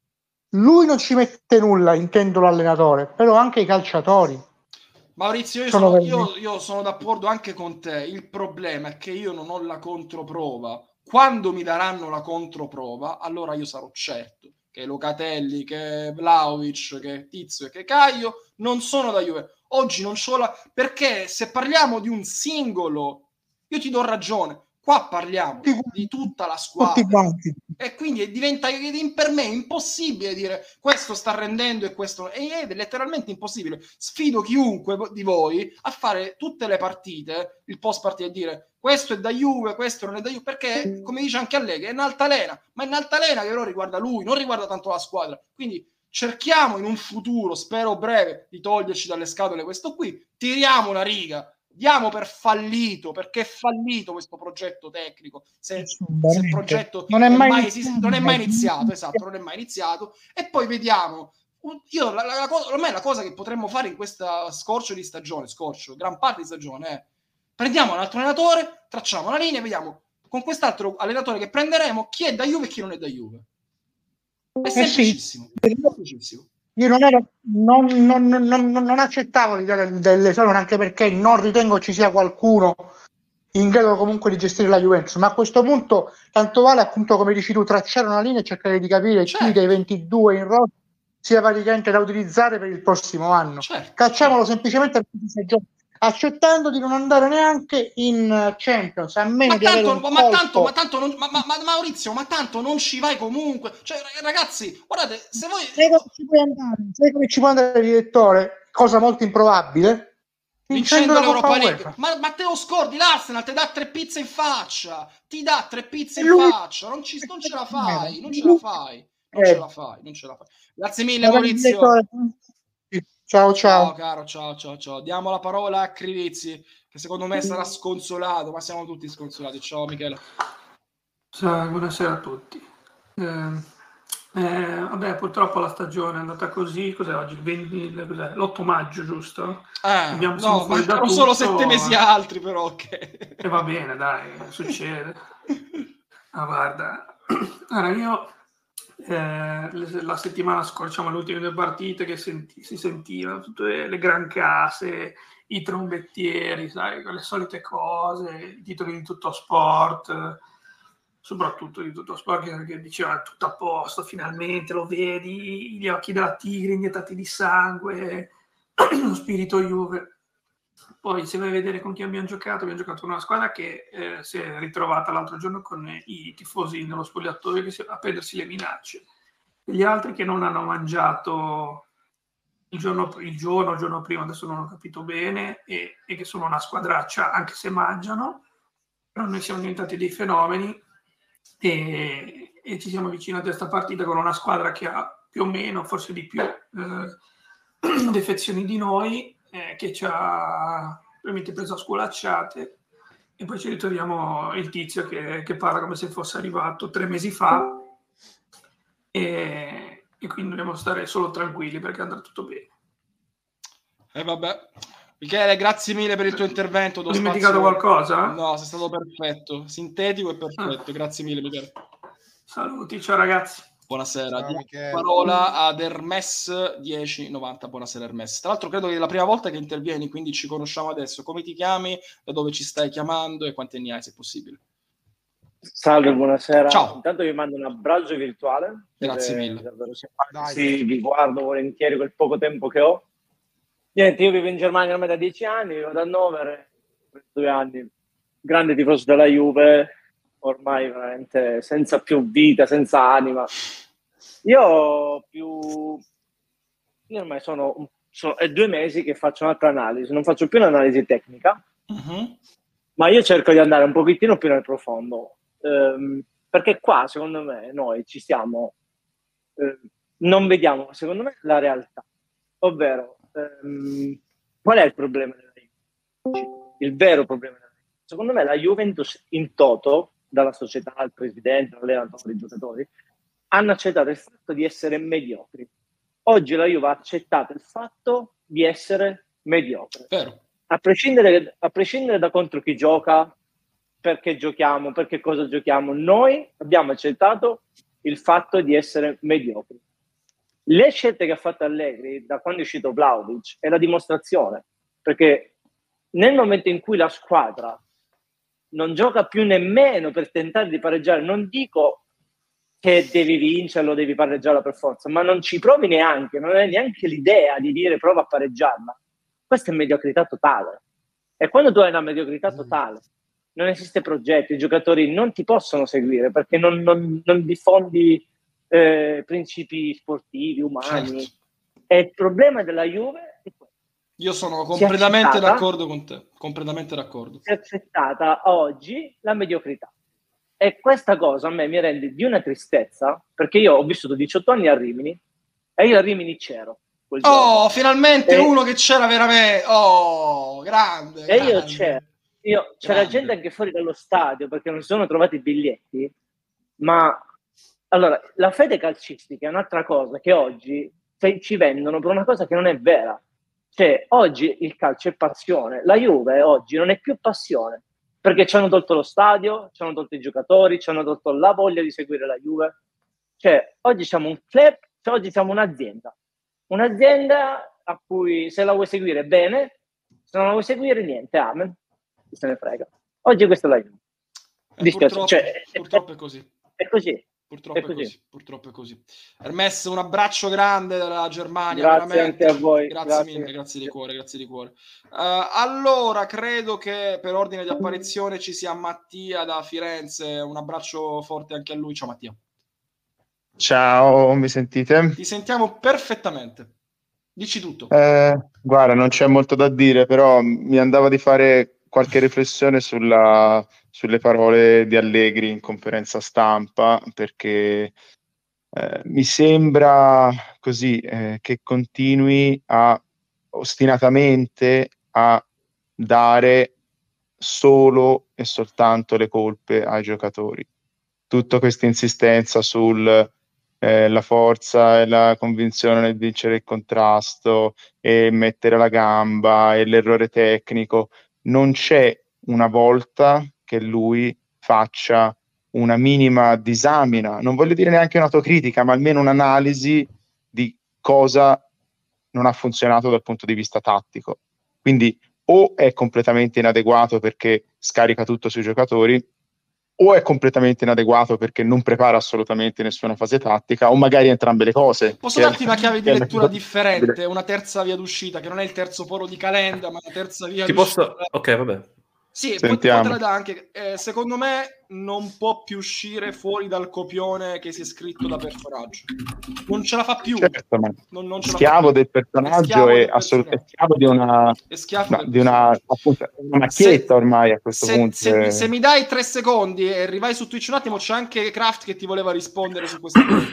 lui non ci mette nulla, intendo l'allenatore, però anche i calciatori.
Maurizio, io sono, io, io sono d'accordo anche con te. Il problema è che io non ho la controprova. Quando mi daranno la controprova, allora io sarò certo che Locatelli, che Vlahovic, che Tizio e che Caio non sono da Juve. Oggi non c'ho la... Perché se parliamo di un singolo, io ti do ragione. Qua parliamo di tutta la squadra e quindi diventa per me impossibile dire questo sta rendendo e questo e è letteralmente impossibile. Sfido chiunque di voi a fare tutte le partite, il post partita, e dire questo è da Juve, questo non è da Juve, perché come dice anche Allegri è un'altalena, ma è un'altalena che però riguarda lui, non riguarda tanto la squadra. Quindi cerchiamo in un futuro, spero breve, di toglierci dalle scatole questo qui, tiriamo una riga, diamo per fallito, perché è fallito questo progetto tecnico, se, se il progetto
non è, mai
mai esiste, non è mai iniziato, esatto, non è mai iniziato, e poi vediamo. Io, la, la, la, ormai la cosa che potremmo fare in questa scorcio di stagione, scorcio, gran parte di stagione, è prendiamo un altro allenatore, tracciamo una linea e vediamo con quest'altro allenatore che prenderemo chi è da Juve e chi non è da Juve. È semplicissimo,
eh sì.
è semplicissimo.
Io non, ero, non, non, non, non accettavo l'idea delle esonero, anche perché non ritengo ci sia qualcuno in grado comunque di gestire la Juventus, ma a questo punto tanto vale, appunto, come dici tu, tracciare una linea e cercare di capire certo. chi dei ventidue in rosa sia praticamente da utilizzare per il prossimo anno.
Certo.
Cacciamolo semplicemente accettando di non andare neanche in Champions, a meno
ma
di
tanto,
avere un
ma
colpo.
tanto, ma tanto non, ma, ma, ma Maurizio, ma tanto non ci vai comunque. Cioè, ragazzi, guardate, se voi
sai come ci puoi andare, sai come ci può andare il direttore, cosa molto improbabile,
vincendo l'Europa League. Ma, ma te lo scordi, l'Arsenal ti dà tre pizze in faccia, ti dà tre pizze in lui... faccia, non, ci, non ce la fai, non ce la fai, non ce la fai, non ce la fai. Grazie mille Maurizio.
Ciao, ciao.
Ciao caro, ciao, ciao, ciao. Diamo la parola a Crivizzi, che secondo me sarà sconsolato, ma siamo tutti sconsolati. Ciao Michele.
Ciao, buonasera a tutti. Eh, Eh, vabbè, purtroppo la stagione è andata così. Cos'è oggi? Il venti, cos'è? l'otto maggio, giusto?
Eh,
Abbiamo, siamo
no,
fuori da
mancano solo
tutto,
sette mesi
eh.
altri, però, ok.
E va bene, dai, succede. Ah, guarda, allora io eh, le- la settimana scorsa, diciamo, le ultime due partite che senti- si sentivano, tutte le, le gran case, i trombettieri, sai, le solite cose, i titoli di Tutto Sport, eh, soprattutto di Tutto Sport, che, che diceva tutto a posto, finalmente lo vedi, gli occhi della tigre iniettati di sangue, lo spirito Juve. Poi se vai a vedere con chi abbiamo giocato, abbiamo giocato con una squadra che eh, si è ritrovata l'altro giorno con eh, i tifosi nello spogliatoio che si, a prendersi le minacce. E gli altri che non hanno mangiato il giorno, il giorno, il giorno prima, adesso non ho capito bene, e, e che sono una squadraccia anche se mangiano, però noi siamo diventati dei fenomeni e, e ci siamo avvicinati a questa partita con una squadra che ha più o meno, forse di più, eh, defezioni di noi, eh, che ci ha veramente preso a sculacciate, e poi ci ritroviamo il tizio che, che parla come se fosse arrivato tre mesi fa, e, e quindi dobbiamo stare solo tranquilli perché andrà tutto bene.
E eh vabbè. Michele, grazie mille per il tuo intervento.
Ho dimenticato qualcosa?
No, sei stato perfetto, sintetico e perfetto. Ah. Grazie mille, Michele.
Saluti, ciao ragazzi.
Buonasera. Ciao, parola ad Hermes dieci novanta. Buonasera Hermes. Tra l'altro credo che è la prima volta che intervieni, quindi ci conosciamo adesso. Come ti chiami, da dove ci stai chiamando e quanti anni hai, se possibile?
Salve, buonasera.
Ciao.
Intanto vi mando un abbraccio virtuale.
Grazie mille.
Sì, vi guardo volentieri quel poco tempo che ho. Niente, io vivo in Germania ormai da dieci anni, vivo ad Hannover, per due anni. Grande tifoso della Juve, ormai veramente senza più vita, senza anima. Io più... Io ormai sono, sono è due mesi che faccio un'altra analisi, non faccio più un'analisi tecnica, uh-huh. ma io cerco di andare un pochettino più nel profondo, ehm, perché qua, secondo me, noi ci stiamo... Eh, non vediamo, secondo me, la realtà, ovvero ehm, qual è il problema della Juventus? Il vero problema della Juventus. Secondo me la Juventus in toto, dalla società, al presidente, all'allenatore, ai giocatori, hanno accettato il fatto di essere mediocri. Oggi la Juve ha accettato il fatto di essere mediocre.
Vero.
A prescindere, a prescindere da contro chi gioca, perché giochiamo, perché cosa giochiamo, noi abbiamo accettato il fatto di essere mediocri. Le scelte che ha fatto Allegri da quando è uscito Vlahovic è la dimostrazione, perché nel momento in cui la squadra non gioca più nemmeno per tentare di pareggiare, non dico che devi vincerlo, devi pareggiarla per forza, ma non ci provi neanche, non hai neanche l'idea di dire prova a pareggiarla. Questa è mediocrità totale. E quando tu hai una mediocrità totale, non esiste progetto, i giocatori non ti possono seguire perché non, non, non diffondi eh, principi sportivi, umani.
Certo.
E il problema della Juve è questo.
Io sono completamente d'accordo con te, completamente d'accordo.
Si è accettata oggi la mediocrità. E questa cosa a me mi rende di una tristezza, perché io ho vissuto diciotto anni a Rimini e io a Rimini c'ero.
Oh, giorno. Finalmente e... uno che c'era veramente. Oh, grande.
E
grande.
io c'ero. Io, c'era grande. Gente anche fuori dallo stadio perché non si sono trovati i biglietti. Ma allora, la fede calcistica è un'altra cosa che oggi ci vendono per una cosa che non è vera. Cioè, oggi il calcio è passione. La Juve oggi non è più passione. Perché ci hanno tolto lo stadio, ci hanno tolto i giocatori, ci hanno tolto la voglia di seguire la Juve. Cioè, oggi siamo un club, cioè oggi siamo un'azienda. Un'azienda a cui se la vuoi seguire bene, se non la vuoi seguire niente, amen. Chi se ne frega. Oggi questa è la Juve.
Eh, purtroppo, cioè, purtroppo è così.
È così.
Purtroppo è così. è così, purtroppo è così. Hermes, un abbraccio grande dalla Germania.
Grazie
veramente.
anche a voi.
Grazie,
grazie
mille, grazie di cuore, grazie di cuore. Uh, allora, credo che per ordine di apparizione ci sia Mattia da Firenze. Un abbraccio forte anche a lui. Ciao Mattia.
Ciao, mi sentite?
Ti sentiamo perfettamente. Dici tutto.
Eh, guarda, non c'è molto da dire, però mi andava di fare qualche riflessione sulla... sulle parole di Allegri in conferenza stampa, perché eh, mi sembra così eh, che continui a ostinatamente a dare solo e soltanto le colpe ai giocatori. Tutta questa insistenza sul eh, la forza e la convinzione nel vincere il contrasto e mettere la gamba e l'errore tecnico. Non c'è una volta che lui faccia una minima disamina, non voglio dire neanche un'autocritica, ma almeno un'analisi di cosa non ha funzionato dal punto di vista tattico. Quindi o è completamente inadeguato perché scarica tutto sui giocatori, o è completamente inadeguato perché non prepara assolutamente nessuna fase tattica, o magari entrambe le cose.
Posso darti una chiave di lettura differente, una terza via d'uscita, che non è il terzo polo di Calenda, ma una terza via
Ti
d'uscita.
posso... Ok, vabbè.
Sì, poi te la dà anche. Eh, secondo me non può più uscire fuori dal copione che si è scritto da personaggio. Non ce la fa più.
Certo, ma
non, non ce la
schiavo
fa più.
del personaggio
schiavo
è
del
assolutamente schiavo di una,
È schiavo
no,
del
di una, appunto, una macchietta ormai a questo
Se,
punto.
se,
è-
se mi dai tre secondi e rivai su Twitch un attimo, c'è anche Kraft che ti voleva rispondere su questa cosa.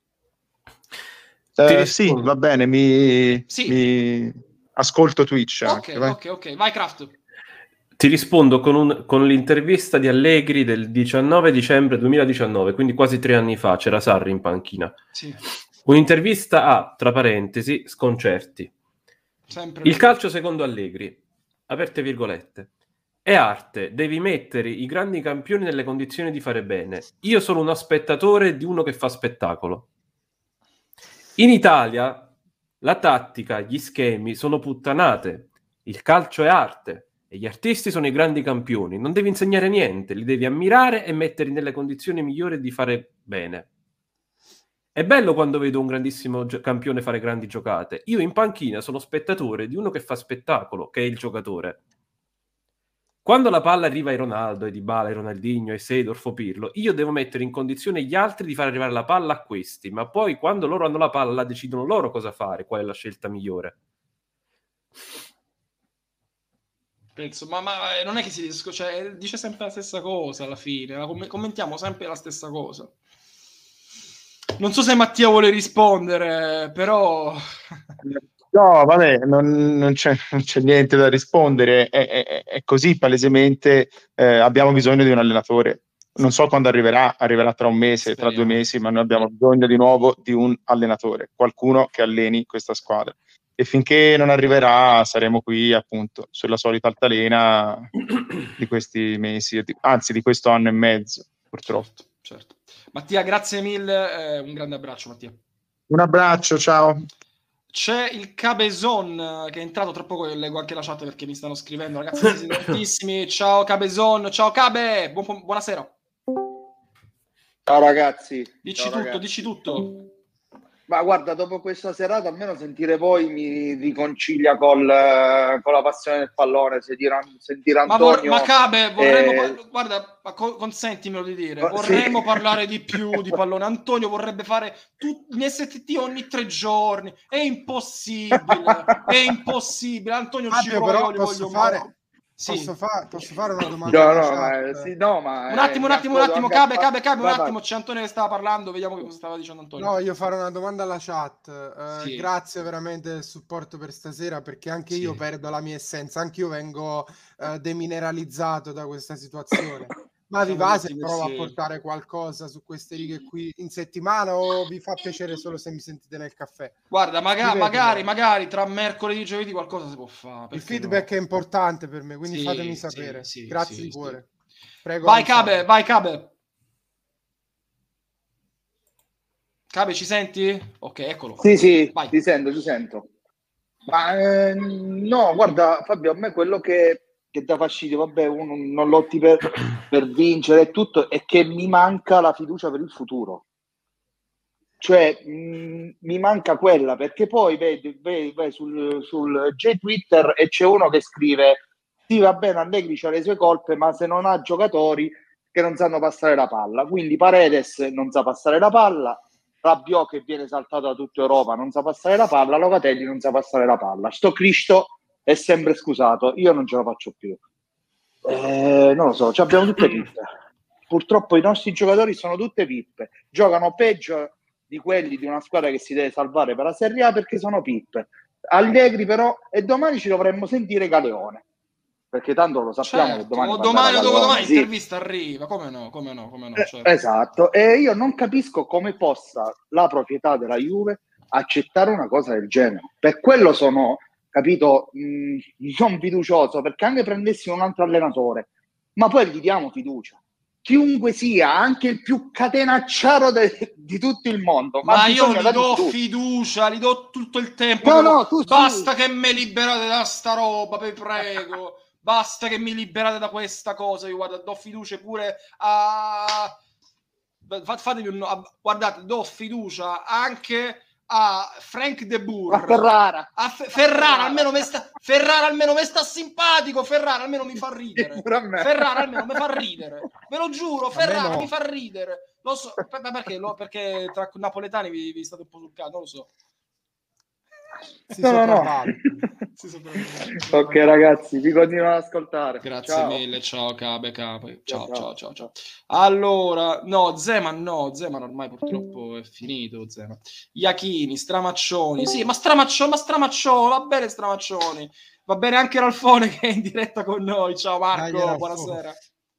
Eh, sì, va bene, mi,
Sì.
mi ascolto Twitch
Ok,
anche, vai.
ok, ok. Vai Kraft.
Ti rispondo con, un- con l'intervista di Allegri del diciannove dicembre duemiladiciannove, quindi quasi tre anni fa, c'era Sarri in panchina.
Sì.
Un'intervista a, tra parentesi, sconcerti.
Sempre
Il calcio secondo Allegri, aperte virgolette, è arte, devi mettere i grandi campioni nelle condizioni di fare bene. Io sono uno spettatore di uno che fa spettacolo. In Italia la tattica, gli schemi sono puttanate. Il calcio è arte e gli artisti sono i grandi campioni. Non devi insegnare niente, li devi ammirare e metterli nelle condizioni migliori di fare bene. È bello quando vedo un grandissimo gio- campione fare grandi giocate. Io in panchina sono spettatore di uno che fa spettacolo, che è il giocatore. Quando la palla arriva ai Ronaldo, ai Dybala, ai Ronaldinho, ai Seedorf o Pirlo, io devo mettere in condizione gli altri di far arrivare la palla a questi, ma poi quando loro hanno la palla decidono loro cosa fare, qual è la scelta migliore.
Penso, ma, ma non è che si disco, cioè, dice sempre la stessa cosa alla fine, la com- commentiamo sempre la stessa cosa. Non so se Mattia vuole rispondere, però...
No, vabbè, non, non c'è, non c'è niente da rispondere, è, è- è così palesemente, eh, abbiamo bisogno di un allenatore. Non so quando arriverà, arriverà tra un mese, tra due mesi, ma noi abbiamo bisogno di nuovo di un allenatore, qualcuno che alleni questa squadra. E finché non arriverà saremo qui appunto sulla solita altalena di questi mesi, di- anzi di questo anno e mezzo, purtroppo.
Certo. Mattia, grazie mille, eh, un grande abbraccio Mattia.
Un abbraccio, ciao.
C'è il Cabezon eh, che è entrato tra poco, io leggo anche la chat perché mi stanno scrivendo, ragazzi, siete tantissimi. Ciao Cabezon, ciao Cabe, buon pom- buonasera.
Ciao ragazzi.
Dici
Ciao,
tutto,
ragazzi.
dici tutto.
Ma guarda, dopo questa serata almeno sentire voi mi riconcilia col, eh, con la passione del pallone, sentire, sentire
Ma, vor-
Antonio.
ma Cabe, vorremmo,
eh,
par- guarda, ma co- consentimelo di dire,
Ma-
vorremmo
sì.
parlare di più di pallone. Antonio vorrebbe fare tu- gli S T T ogni tre giorni, è impossibile, è impossibile. Antonio ci
Fabio,
prova,
però
io li
posso
voglio
fare,
molto. Sì.
posso, fa- posso fare una domanda?
No,
alla
no,
chat?
ma, sì, no, ma
Un attimo, un
eh,
attimo,
mi
un
accodo
attimo,
anche
Cabe,
a-
Cabe, Cabe, un
vai, vai.
attimo, c'è Antonio che stava parlando, vediamo che cosa stava dicendo Antonio.
No, io farò una domanda alla chat. Eh,
Sì.
Grazie veramente del supporto per stasera, perché anche io perdo la mia essenza, anche io vengo eh, demineralizzato da questa situazione. Ma vi
Siamo
va
tutti
se provo a
così.
portare qualcosa su queste righe qui in settimana, o vi fa piacere solo se mi sentite nel caffè?
Guarda, maga-
Scrivetelo.
magari, magari tra mercoledì e giovedì qualcosa si può fare.
Il
perché
feedback
no?
è importante per me, quindi
Sì,
fatemi
sì,
sapere.
sì,
Grazie
sì,
di
sì.
cuore. Prego,
Vai
Alessandro.
Cabe, vai Cabe. Cabe, ci senti? Ok, eccolo.
Sì, sì,
Vai.
ti sento, ti sento. Ma eh, no, guarda Fabio, a me quello che, che dà fastidio, vabbè, uno non lotti per, per vincere e tutto, è che mi manca la fiducia per il futuro. Cioè, mh, mi manca quella, perché poi vedi, vedi, vai sul, sul J-Twitter e c'è uno che scrive sì, va bene, Allegri c'ha le sue colpe, ma se non ha giocatori che non sanno passare la palla. Quindi Paredes non sa passare la palla, Rabiot che viene saltato da tutta Europa non sa passare la palla, Locatelli non sa passare la palla. Sto Cristo è sempre scusato, io non ce la faccio più. Eh, non lo so, ci abbiamo tutte pippe. Purtroppo i nostri giocatori sono tutte pippe, giocano peggio di quelli di una squadra che si deve salvare per la Serie A perché sono pippe. Allegri però, e domani ci dovremmo sentire Galeone, perché tanto lo sappiamo
Certo,
che domani
o domani o dopodomani
sì.
l'intervista arriva, come no, come no, come no, certo.
Esatto, e io non capisco come possa la proprietà della Juve accettare una cosa del genere. Per quello sono, capito, mh, non fiducioso, perché anche prendessimo un altro allenatore, ma poi gli diamo fiducia. Chiunque sia, anche il più catenacciaro de- di tutto il mondo. Ma,
Ma io
bisogna
gli
dargli
do
fiducia.
fiducia, gli do tutto il tempo.
No,
che-
no, tu
Basta
sì.
che mi liberate da sta roba, vi prego. Basta che mi liberate da questa cosa. Io guarda, do fiducia pure a... Fa- Fatevi un... a- Guardate, do fiducia anche a Frank De Boer.
A Ferrara.
A Fe- Ferrara, almeno me sta... Ferrara almeno mi sta simpatico. Ferrara almeno mi fa ridere.
Pure a me.
Ferrara almeno mi fa ridere. Ve lo giuro, Ferrara
no.
mi fa ridere. Lo so, per- per- perché? Lo- perché tra napoletani vi, vi state un po' sul cazzo, non lo so.
Si
No, no, no.
sopravvaluta.
Si sopravvaluta.
Ok ragazzi, vi continuo ad ascoltare.
Grazie
Ciao.
mille, ciao Cabe, Cabe. Ciao,
Ciao,
ciao, ciao, ciao. Allora, no, Zeman no, Zeman ormai purtroppo è finito, Zeman. Iachini, Stramaccioni, sì, ma Stramaccioni, ma Stramaccioni, va bene Stramaccioni. Va bene anche Ralfone che è in diretta con noi. Ciao Marco,
Dai, Ralfone.
buonasera.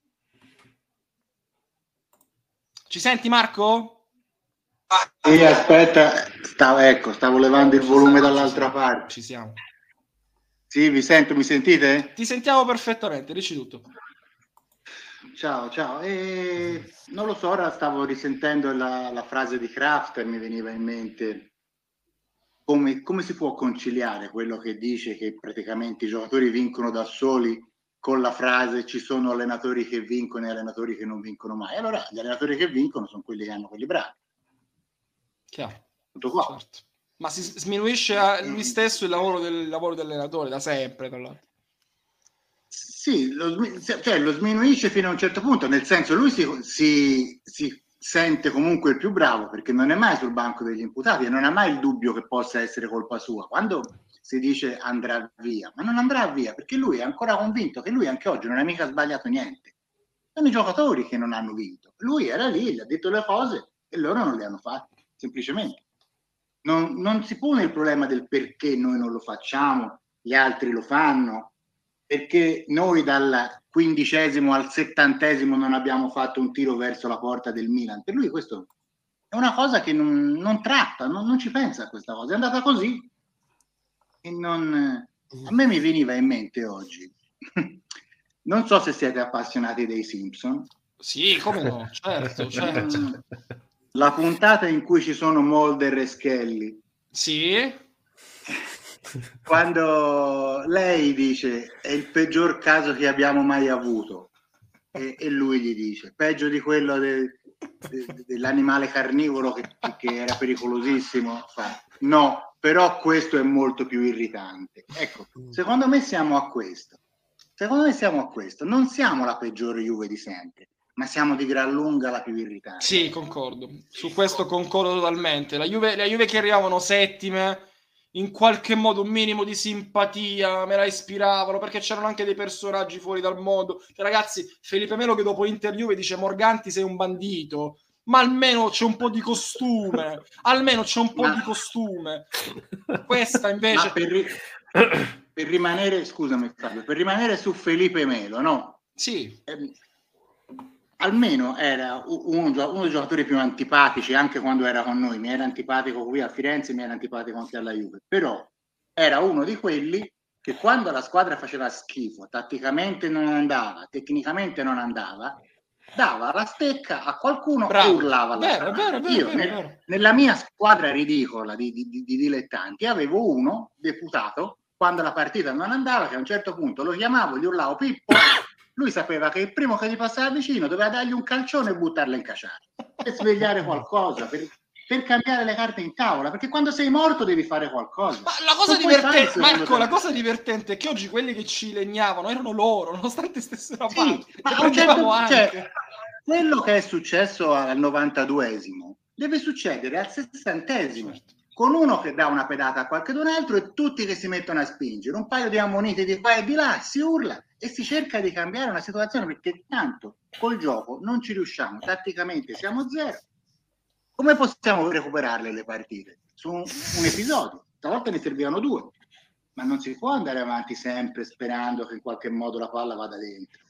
Ci senti Marco?
Sì, aspetta, stavo, ecco, stavo levando il volume dall'altra parte.
Ci siamo.
Sì, vi sento, mi sentite?
Ti sentiamo perfettamente, dici tutto.
Ciao, ciao. E non lo so, ora stavo risentendo la, la frase di Kraft e mi veniva in mente come, come si può conciliare quello che dice che praticamente i giocatori vincono da soli con la frase ci sono allenatori che vincono e allenatori che non vincono mai. Allora gli allenatori che vincono sono quelli che hanno quelli bravi.
Chiaro.
Tutto qua.
Certo. Ma si sminuisce a lui stesso il lavoro del il lavoro dell'allenatore da sempre, tra l'altro.
Sì, lo, smi- cioè, lo sminuisce fino a un certo punto, nel senso lui si, si, si sente comunque il più bravo perché non è mai sul banco degli imputati e non ha mai il dubbio che possa essere colpa sua. Quando si dice andrà via, ma non andrà via perché lui è ancora convinto che lui anche oggi non ha mica sbagliato niente. Sono i giocatori che non hanno vinto. Lui era lì, gli ha detto le cose e loro non le hanno fatte, semplicemente. Non, non si pone il problema del perché noi non lo facciamo, gli altri lo fanno, perché noi dal quindicesimo al settantesimo non abbiamo fatto un tiro verso la porta del Milan. Per lui questo è una cosa che non, non tratta, non, non ci pensa a questa cosa, è andata così. E non... A me mi veniva in mente oggi, non so se siete appassionati dei Simpson.
Sì, come no, certo, certo.
La puntata in cui ci sono Mulder e Scully.
Sì.
Quando lei dice è il peggior caso che abbiamo mai avuto e, e lui gli dice peggio di quello de, de, dell'animale carnivoro che, che era pericolosissimo, fa no, però questo è molto più irritante. Ecco, secondo me siamo a questo. Secondo me siamo a questo. Non siamo la peggiore Juve di sempre, ma siamo di gran lunga la più irritante.
Sì, concordo. Su questo concordo totalmente. La Juve, le Juve che arrivavano settime, in qualche modo un minimo di simpatia me la ispiravano, perché c'erano anche dei personaggi fuori dal mondo. Cioè, ragazzi, Felipe Melo che dopo Inter Juve dice Morganti sei un bandito, ma almeno c'è un po' di costume, almeno c'è un po'
Ma...
di costume. Questa invece...
Ma per, ri... per rimanere, scusami Fabio, per rimanere su Felipe Melo, no?
Sì.
Eh, almeno era uno, uno dei giocatori più antipatici anche quando era con noi. Mi era antipatico qui a Firenze, mi era antipatico anche alla Juve, però era uno di quelli che quando la squadra faceva schifo, tatticamente non andava, tecnicamente non andava, dava la stecca a qualcuno. Bravo. E urlava alla
vero, vero, vero,
Io
vero,
nel,
vero.
nella mia squadra ridicola di, di, di, di dilettanti avevo uno deputato quando la partita non andava che a un certo punto lo chiamavo, gli urlavo Pippo. Lui sapeva che il primo che gli passava vicino doveva dargli un calcione e buttarlo in caciara per svegliare qualcosa, per, per cambiare le carte in tavola, perché quando sei morto devi fare qualcosa.
Ma la cosa
Non puoi
divertente,
fare
Marco, la cosa divertente è che oggi quelli che ci legnavano erano loro, nonostante stessero a
sì, ma a un certo, cioè, quello che è successo al novantaduesimo deve succedere al sessantesimo. Certo. Con uno che dà una pedata a qualcun altro e tutti che si mettono a spingere, un paio di ammoniti di qua e di là, si urla e si cerca di cambiare una situazione perché tanto col gioco non ci riusciamo, tatticamente siamo zero. Come possiamo recuperarle le partite? Su un, un episodio, stavolta ne servivano due. ma non si può andare avanti sempre sperando che in qualche modo la palla vada dentro.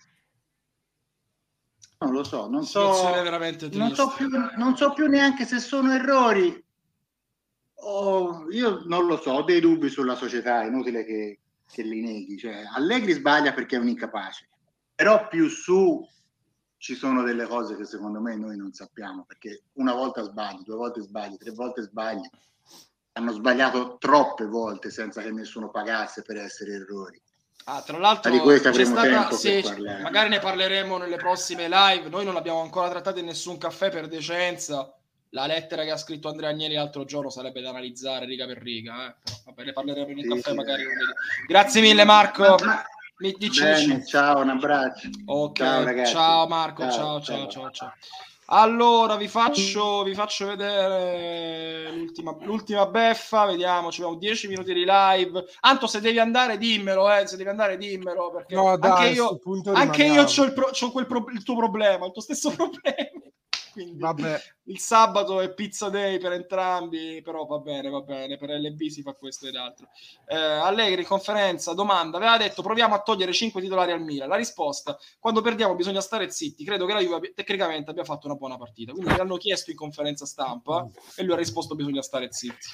Non lo so, non so,
veramente
non so più, non so più neanche se sono errori. Oh, io non lo so, ho dei dubbi sulla società, è inutile che, che li neghi. Cioè, Allegri sbaglia perché è un incapace, però più su ci sono delle cose che secondo me noi non sappiamo, perché una volta sbagli, due volte sbagli, tre volte sbagli. Hanno sbagliato troppe volte senza che nessuno pagasse per essere errori.
Ah, tra l'altro,
di questo
c'è
avremo
stata,
tempo
sì,
per parlare.
magari ne parleremo nelle prossime live. Noi non l'abbiamo ancora trattato in nessun caffè per decenza. La lettera che ha scritto Andrea Agnelli l'altro giorno sarebbe da analizzare riga per riga. Eh? Però, vabbè, ne parleremo in un
Sì,
caffè
sì,
magari.
sì.
Grazie mille, Marco.
Ma-
Mi dici,
Bene,
dici.
ciao, un abbraccio.
Ok,
Ciao, ragazzi.
ciao Marco, ciao,
Ciao,
ciao,
ciao.
ciao, ciao. Allora, vi faccio, vi faccio vedere l'ultima, l'ultima beffa, vediamo, ci abbiamo dieci minuti di live. Anto, se devi andare dimmelo, eh, se devi andare dimmelo, perché
No,
anche
dai,
io,
sul punto
anche io
rimaniamo.
c'ho il, pro, c'ho quel pro, il tuo problema, il tuo stesso problema. Quindi
Vabbè.
il sabato è pizza day per entrambi, però va bene, va bene, per L B si fa questo ed altro. Eh, Allegri, conferenza, domanda, aveva detto proviamo a togliere cinque titolari al Milan. La risposta, quando perdiamo bisogna stare zitti. Credo che la Juve tecnicamente abbia fatto una buona partita. Quindi gli hanno chiesto in conferenza stampa e lui ha risposto bisogna stare zitti.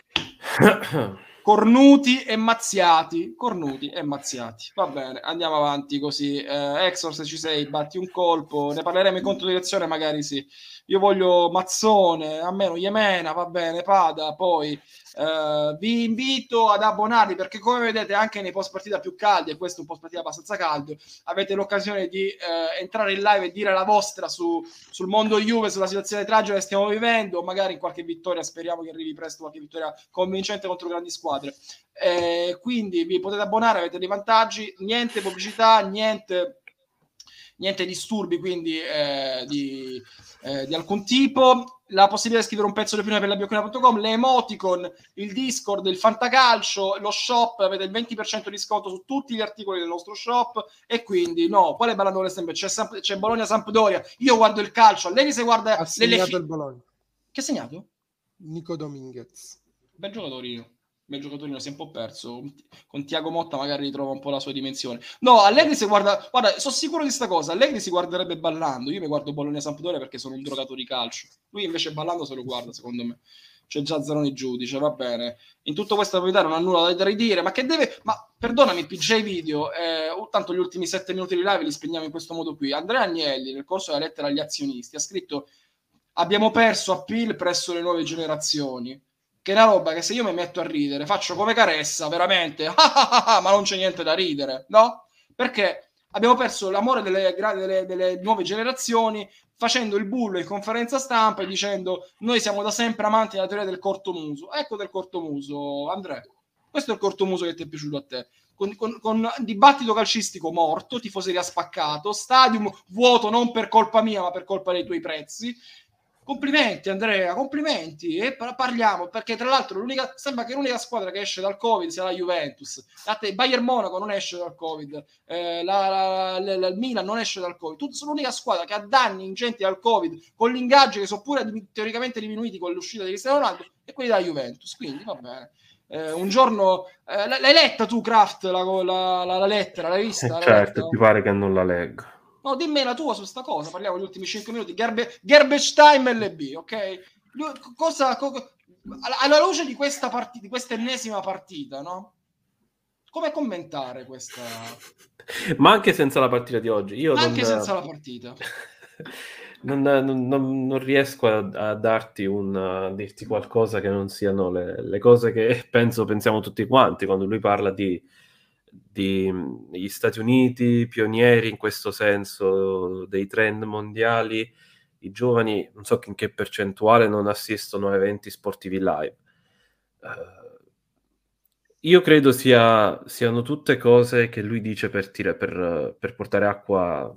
Cornuti e mazziati, cornuti e mazziati. Va bene, andiamo avanti così. Eh, Exor, se ci sei, batti un colpo. Ne parleremo in controdirezione, magari sì. Io voglio Mazzone, a meno Iemena, va bene, Pada, poi eh, vi invito ad abbonarvi perché come vedete anche nei post partita più caldi, e questo è un post partita abbastanza caldo, avete l'occasione di eh, entrare in live e dire la vostra su, sul mondo Juve, sulla situazione tragica che stiamo vivendo, magari in qualche vittoria, speriamo che arrivi presto qualche vittoria convincente contro grandi squadre. Eh, quindi vi potete abbonare, avete dei vantaggi, niente pubblicità, niente... niente disturbi quindi eh, di, eh, di alcun tipo, la possibilità di scrivere un pezzo di opinione per la biocchina punto com, le emoticon, il Discord, il Fantacalcio, lo shop, avete il venti per cento di sconto su tutti gli articoli del nostro shop e quindi no, quale ballando le sempre? C'è, Samp- c'è Bologna-Sampdoria, io guardo il calcio, lei se guarda
Ha
le,
segnato
le fi-
il Bologna.
che ha segnato?
Nico Dominguez.
Bel giocatorino. Bel giocatorino, si è un po' perso. Con Tiago Motta magari ritrova un po' la sua dimensione. No, Allegri si guarda, guarda, sono sicuro di sta cosa. Allegri si guarderebbe ballando. Io mi guardo Bologna Sampdoria perché sono un drogato di calcio. Lui invece ballando se lo guarda, secondo me. C'è già Zanoni giudice, va bene. In tutto questa verità non ha nulla da ridire, ma che deve... Ma perdonami, P J Video, eh, tanto gli ultimi sette minuti di live li spegniamo in questo modo qui. Andrea Agnelli, nel corso della lettera agli azionisti, ha scritto abbiamo perso appeal presso le nuove generazioni. Che è una roba che se io mi metto a ridere faccio come Caressa, veramente, ma non c'è niente da ridere, no? Perché abbiamo perso l'amore delle, delle, delle nuove generazioni facendo il bullo in conferenza stampa e dicendo noi siamo da sempre amanti della teoria del cortomuso. Ecco del cortomuso, Andrea. Questo è il cortomuso che ti è piaciuto a te. Con, con, con dibattito calcistico morto, tifoseria spaccato, stadium vuoto non per colpa mia ma per colpa dei tuoi prezzi. Complimenti Andrea, complimenti e parliamo perché tra l'altro l'unica, sembra che l'unica squadra che esce dal Covid sia la Juventus. A te, Bayern Monaco non esce dal Covid, eh, la, la, la, la, il Milan non esce dal Covid. Tu sono l'unica squadra che ha danni ingenti dal Covid con gli ingaggi che sono pure teoricamente diminuiti con l'uscita di Cristiano Ronaldo e quelli della Juventus. Quindi va bene. Eh, un giorno eh, l'hai letta tu Kraft la, la, la, la lettera? L'hai vista?
Eh,
l'hai
certo,
letta?
ti pare che non la leggo.
No, dimmi la tua su sta cosa, parliamo gli ultimi cinque minuti. Garbe, garbage time L B, ok? Cosa, co- alla luce di questa partita, di questa ennesima partita, no? Come commentare questa?
Ma anche senza la partita di oggi. Io
Ma
non,
anche senza la partita.
non, non, non, non riesco a, a darti un, a dirti qualcosa che non siano le, le cose che penso pensiamo tutti quanti quando lui parla di di gli Stati Uniti, pionieri in questo senso dei trend mondiali, i giovani non so in che percentuale non assistono a eventi sportivi live. Uh, io credo sia, siano tutte cose che lui dice per, tira, per, per portare acqua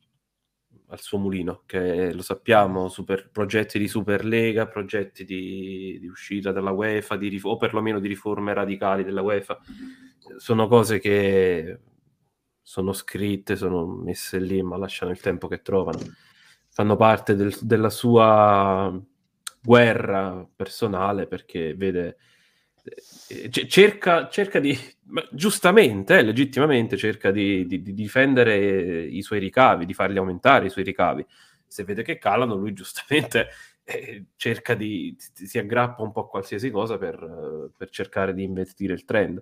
al suo mulino, che lo sappiamo, super, progetti di Superlega, progetti di, di uscita dalla UEFA, di, o perlomeno di riforme radicali della UEFA. Sono cose che sono scritte, sono messe lì, ma lasciano il tempo che trovano. Fanno parte del, della sua guerra personale, perché vede c- cerca, cerca di, ma giustamente, eh, legittimamente cerca di, di, di difendere i suoi ricavi, di farli aumentare i suoi ricavi. Se vede che calano, lui giustamente eh, cerca di, si aggrappa un po' a qualsiasi cosa per, per cercare di invertire il trend.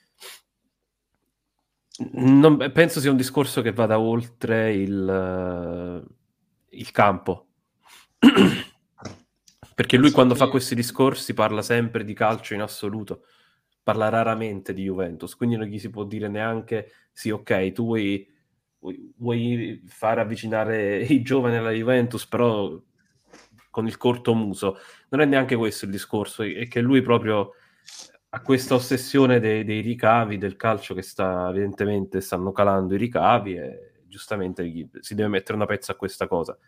Non, penso sia un discorso che vada oltre il, il campo. Perché lui
Penso
quando
che-
fa questi discorsi parla sempre di calcio in assoluto, parla raramente di Juventus, quindi non gli si può dire neanche sì, ok, tu vuoi, vuoi, vuoi far avvicinare i giovani alla Juventus, però con il corto muso. Non è neanche questo il discorso, è che lui proprio ha questa ossessione dei, dei ricavi del calcio, che sta evidentemente stanno calando i ricavi, e giustamente gli, si deve mettere una pezza a questa cosa.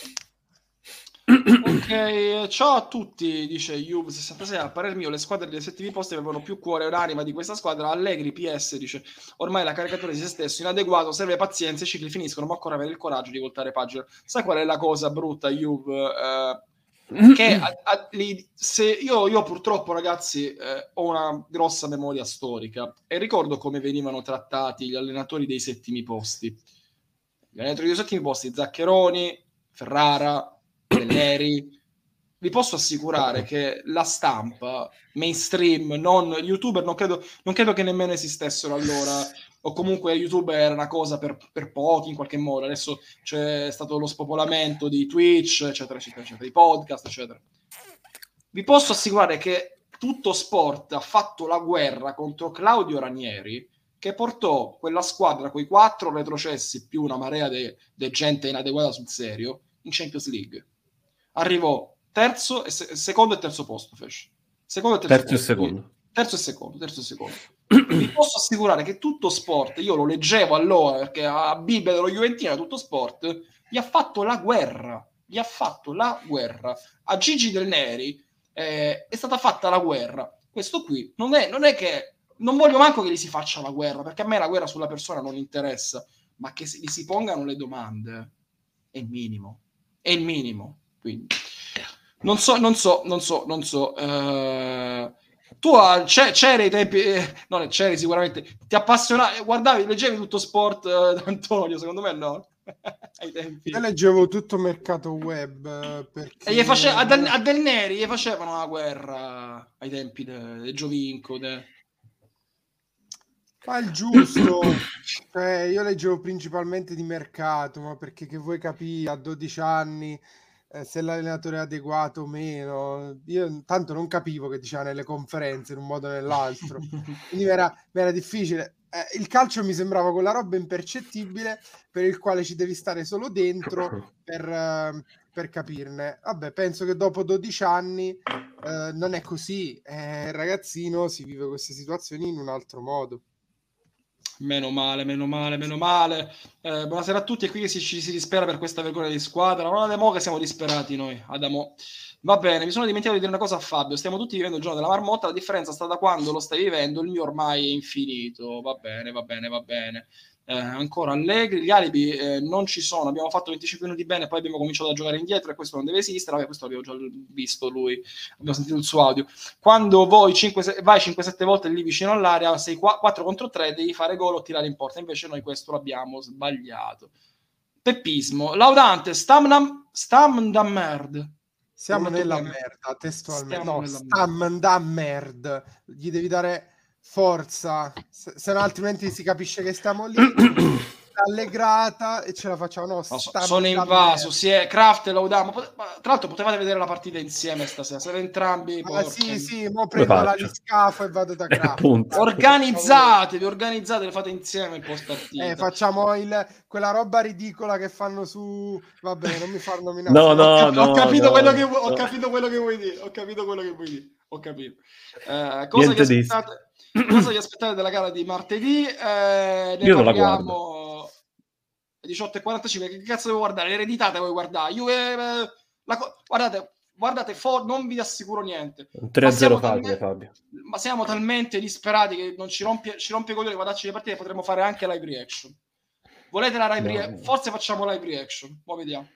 Ok, ciao a tutti, dice Juve sessantasei. A parer mio, le squadre delle setimi posti avevano più cuore e un'anima di questa squadra. Allegri P S dice: ormai la caricatura di se stesso inadeguato, serve pazienza, i cicli finiscono, ma occorre avere il coraggio di voltare pagina. Sai qual è la cosa brutta, Juve? Eh, che a, a, li, se io, io purtroppo, ragazzi, eh, ho una grossa memoria storica e ricordo come venivano trattati gli allenatori dei settimi posti. Gli allenatori dei settimi posti, Zaccheroni, Ferrara, Del Neri. Vi posso assicurare che la stampa mainstream, non youtuber, non credo, non credo che nemmeno esistessero allora, o comunque youtuber era una cosa per, per pochi in qualche modo. Adesso c'è stato lo spopolamento di Twitch, eccetera, eccetera, eccetera, di podcast, eccetera. Vi posso assicurare che Tutto Sport ha fatto la guerra contro Claudio Ranieri, che portò quella squadra con i quattro retrocessi più una marea di gente inadeguata sul serio in Champions League. Arrivò terzo e se- secondo e terzo posto, fece. Secondo e terzo,
Terzo e
posto.
secondo.
Terzo e secondo, terzo e secondo. Vi posso assicurare che Tutto Sport, io lo leggevo allora perché a Bibbia dello Juventino, Tutto Sport gli ha fatto la guerra, gli ha fatto la guerra. A Gigi Del Neri eh, è stata fatta la guerra. Questo qui non è, non è che non voglio manco che gli si faccia la guerra, perché a me la guerra sulla persona non interessa, ma che si- gli si pongano le domande è il minimo, è il minimo. Quindi non so, non so, non so, non so. eh, tu ah, c'è- c'eri ai tempi, eh, no, c'eri sicuramente, ti appassionavi, guardavi, leggevi Tutto Sport, eh, Antonio, secondo me no. Ai tempi.
Io leggevo tutto mercato web eh, perché
E gli face- a, Del, a Del Neri gli facevano la guerra ai tempi del de Giovinco. De...
fa il giusto. Cioè, io leggevo principalmente di mercato, ma perché che vuoi capire a dodici anni eh, se l'allenatore è adeguato o meno. Io tanto non capivo che diceva nelle conferenze in un modo o nell'altro, quindi mi era, mi era difficile. Eh, il calcio mi sembrava quella roba impercettibile per il quale ci devi stare solo dentro per, eh, per capirne. Vabbè, penso che dopo dodici anni eh, non è così. Eh, il ragazzino si vive queste situazioni in un altro modo.
Meno male, meno male, meno male. Eh, buonasera a tutti, è qui che si, ci si dispera per questa vergogna di squadra. Non Adamo che siamo disperati noi, Adamo. Va bene, mi sono dimenticato di dire una cosa a Fabio. Stiamo tutti vivendo il giorno della marmotta, la differenza sta da quando lo stai vivendo, il mio ormai è infinito. Va bene, va bene, va bene. Eh, ancora Allegri, gli alibi eh, non ci sono, abbiamo fatto venticinque minuti bene, poi abbiamo cominciato a giocare indietro e questo non deve esistere. Vabbè, questo l'abbiamo già visto lui, abbiamo sentito il suo audio. Quando voi cinque, vai cinque sette volte lì vicino all'area, sei quattro contro tre, devi fare gol o tirare in porta, invece noi questo l'abbiamo sbagliato. Peppismo, laudante, stam stam da merd.
Siamo
L'ho detto
nella
bene?
merda, testualmente.
Stiamo
No,
nella
stam da merda. Gli devi dare forza, se, se no altrimenti si capisce che stiamo lì allegrata e ce la facciamo. No,
No, so-
stam
sono
da
invaso,
merda.
si è Kraft e Laudamo. Pot- ma tra l'altro potevate vedere la partita insieme stasera, siete entrambi
Ah,
porca-
sì, sì, mo prendo
faccio?
l'aliscafo e vado da Kraft.
Appunto.
Organizzatevi, organizzate, le fate insieme il post partita.
Eh, facciamo il, quella roba ridicola che fanno su... Vabbè, non mi far nominare.
No,
ho,
no,
cap- ho
no,
capito
no,
quello che vu- ho
no.
capito quello che vuoi dire. Ho capito quello che vuoi dire. Ho capito. Eh, cosa, vi
Niente di...
aspettate, cosa vi aspettate della gara di martedì? Eh, ne
Io non la
parliamo diciotto e quarantacinque. Che cazzo devo guardare? L'eredità devo guardare. Io, eh, la co- guardate, guardate, for- non vi assicuro niente.
tre a
Ma
zero
siamo
facile,
talmente-
Fabio.
Ma siamo talmente disperati che non ci rompe, ci rompe i coglioni guardarci le partite. Potremmo fare anche live reaction. Volete la live
No,
reaction?
no.
Forse facciamo live reaction. Poi vediamo.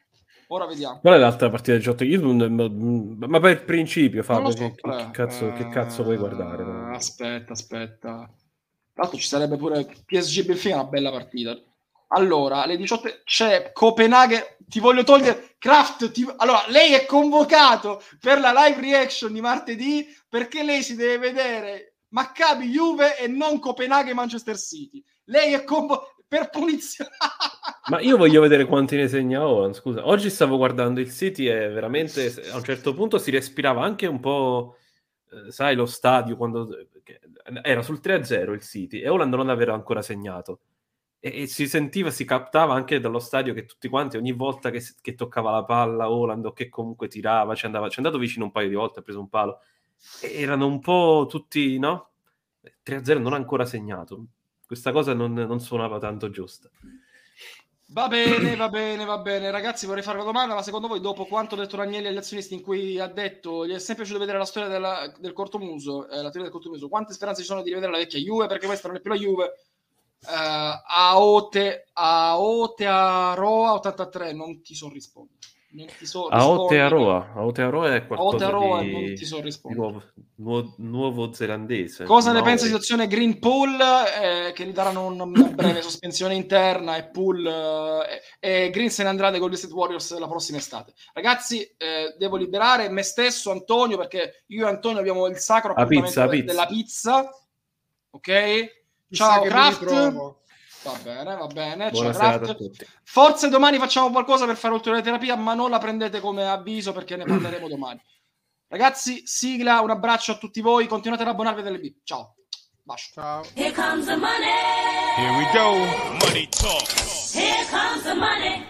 Ora vediamo.
Qual è l'altra partita del Giotto? Io non- ma per il principio, Fabio,
Non lo so,
che, che
eh,
cazzo, che cazzo vuoi guardare?
Eh, aspetta, aspetta. Tra l'altro ci sarebbe pure P S G Benfica, una bella partita. Allora, alle diciotto c'è Copenaghen. Ti voglio togliere Kraft. Ti... Allora, lei è convocato per la live reaction di martedì perché lei si deve vedere Maccabi Juve e non Copenaghen Manchester City. Lei è convocato per punizione.
Ma io voglio vedere quanti ne segna Haaland, scusa. Oggi stavo guardando il City e veramente a un certo punto si respirava anche un po', eh, sai, lo stadio quando che era sul tre a zero il City e Haaland non aveva ancora segnato. E, e si sentiva, si captava anche dallo stadio che tutti quanti, ogni volta che, che toccava la palla Haaland o che comunque tirava, ci andava, ci è andato vicino un paio di volte, ha preso un palo. E erano un po' tutti, no? tre a zero non ha ancora segnato. Questa cosa non, non suonava tanto giusta.
Va bene, va bene, va bene. Ragazzi, vorrei fare una domanda, ma secondo voi, dopo quanto ha detto Ranieri agli azionisti, in cui ha detto gli è sempre piaciuto vedere la storia della, del cortomuso, eh, la teoria del cortomuso, quante speranze ci sono di rivedere la vecchia Juve, perché questa non è più la Juve? Uh, Aote Aotearoa ottantatré, non ti so rispondere. Non ti so
Aotearoa Aotearoa è qualcosa
Aotearoa,
di,
non ti so
di nuovo, nuovo, nuovo zelandese.
Cosa ne
no,
pensa di situazione Green Pool, eh, che gli daranno un- una breve sospensione interna e Pool eh, e Green se ne andrà dai Golden State Warriors la prossima estate. Ragazzi, eh, devo liberare me stesso, Antonio, perché io e Antonio abbiamo il sacro
La
appuntamento
pizza, la
de-
pizza.
della pizza. Ok?
Chissà
Ciao
che mi
Kraft.
ritrovo.
Va bene, va bene.
Buona
Ciao
serata a
Kraft.
tutti.
Forse domani facciamo qualcosa per fare ulteriore terapia, ma non la prendete come avviso perché ne parleremo domani. Ragazzi, sigla, un abbraccio a tutti voi, continuate ad abbonarvi alle B. Ciao. Bacio.
Ciao.
Here comes the money.
Here we go. Money talk.
Here comes the money.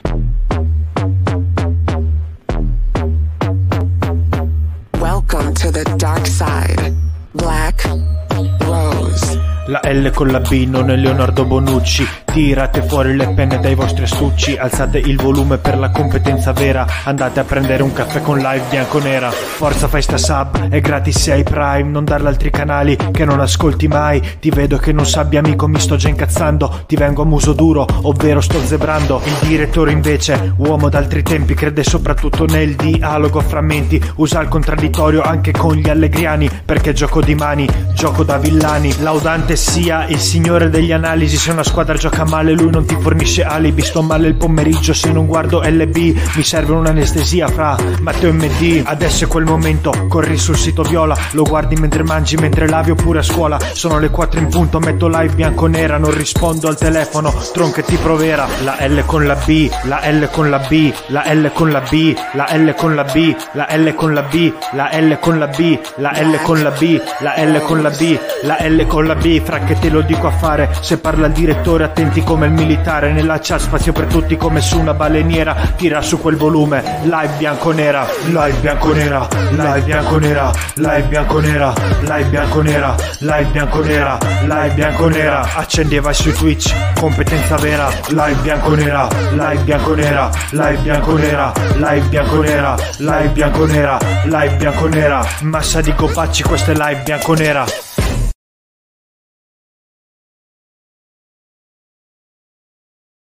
Welcome to the dark side. Black Rose.
La L con la B non è Leonardo Bonucci. Tirate fuori le penne dai vostri astucci. Alzate il volume per la competenza vera. Andate a prendere un caffè con Live Bianconera. Forza, fai sta sub, è gratis se hai Prime. Non darla a altri canali che non ascolti mai. Ti vedo che non sabbia amico, mi sto già incazzando. Ti vengo a muso duro, ovvero sto zebrando. Il direttore invece, uomo d'altri tempi, crede soprattutto nel dialogo a frammenti. Usa il contraddittorio anche con gli allegriani, perché gioco di mani, gioco da villani. Laudante sia il signore degli analisi. Se una squadra gioca male lui non ti fornisce alibi. Sto male il pomeriggio se non guardo L B. Mi serve un'anestesia fra Matteo M D. Adesso è quel momento, corri sul sito Viola. Lo guardi mentre mangi, mentre lavi oppure a scuola. Sono le quattro in punto, metto Live Bianconera. Non rispondo al telefono, tronche ti provera. La L con la B, la L con la B, la L con la B, la L con la B, la L con la B, la L con la B, la L con la B, la L con la B, la L con la B. Fra che te lo dico a fare, se parla il direttore attenti come il militare. Nella chat spazio per tutti come su una baleniera. Tira su quel volume, Live Bianconera, Live Bianconera, Live Bianconera, Live Bianconera, Live Bianconera, Live Bianconera, Live Bianconera. Accendi e vai su Twitch, competenza vera. Live Bianconera, Live Bianconera, Live Bianconera, Live Bianconera, Live Bianconera, Live Bianconera. Massa di gobacci, questa è Live Bianconera.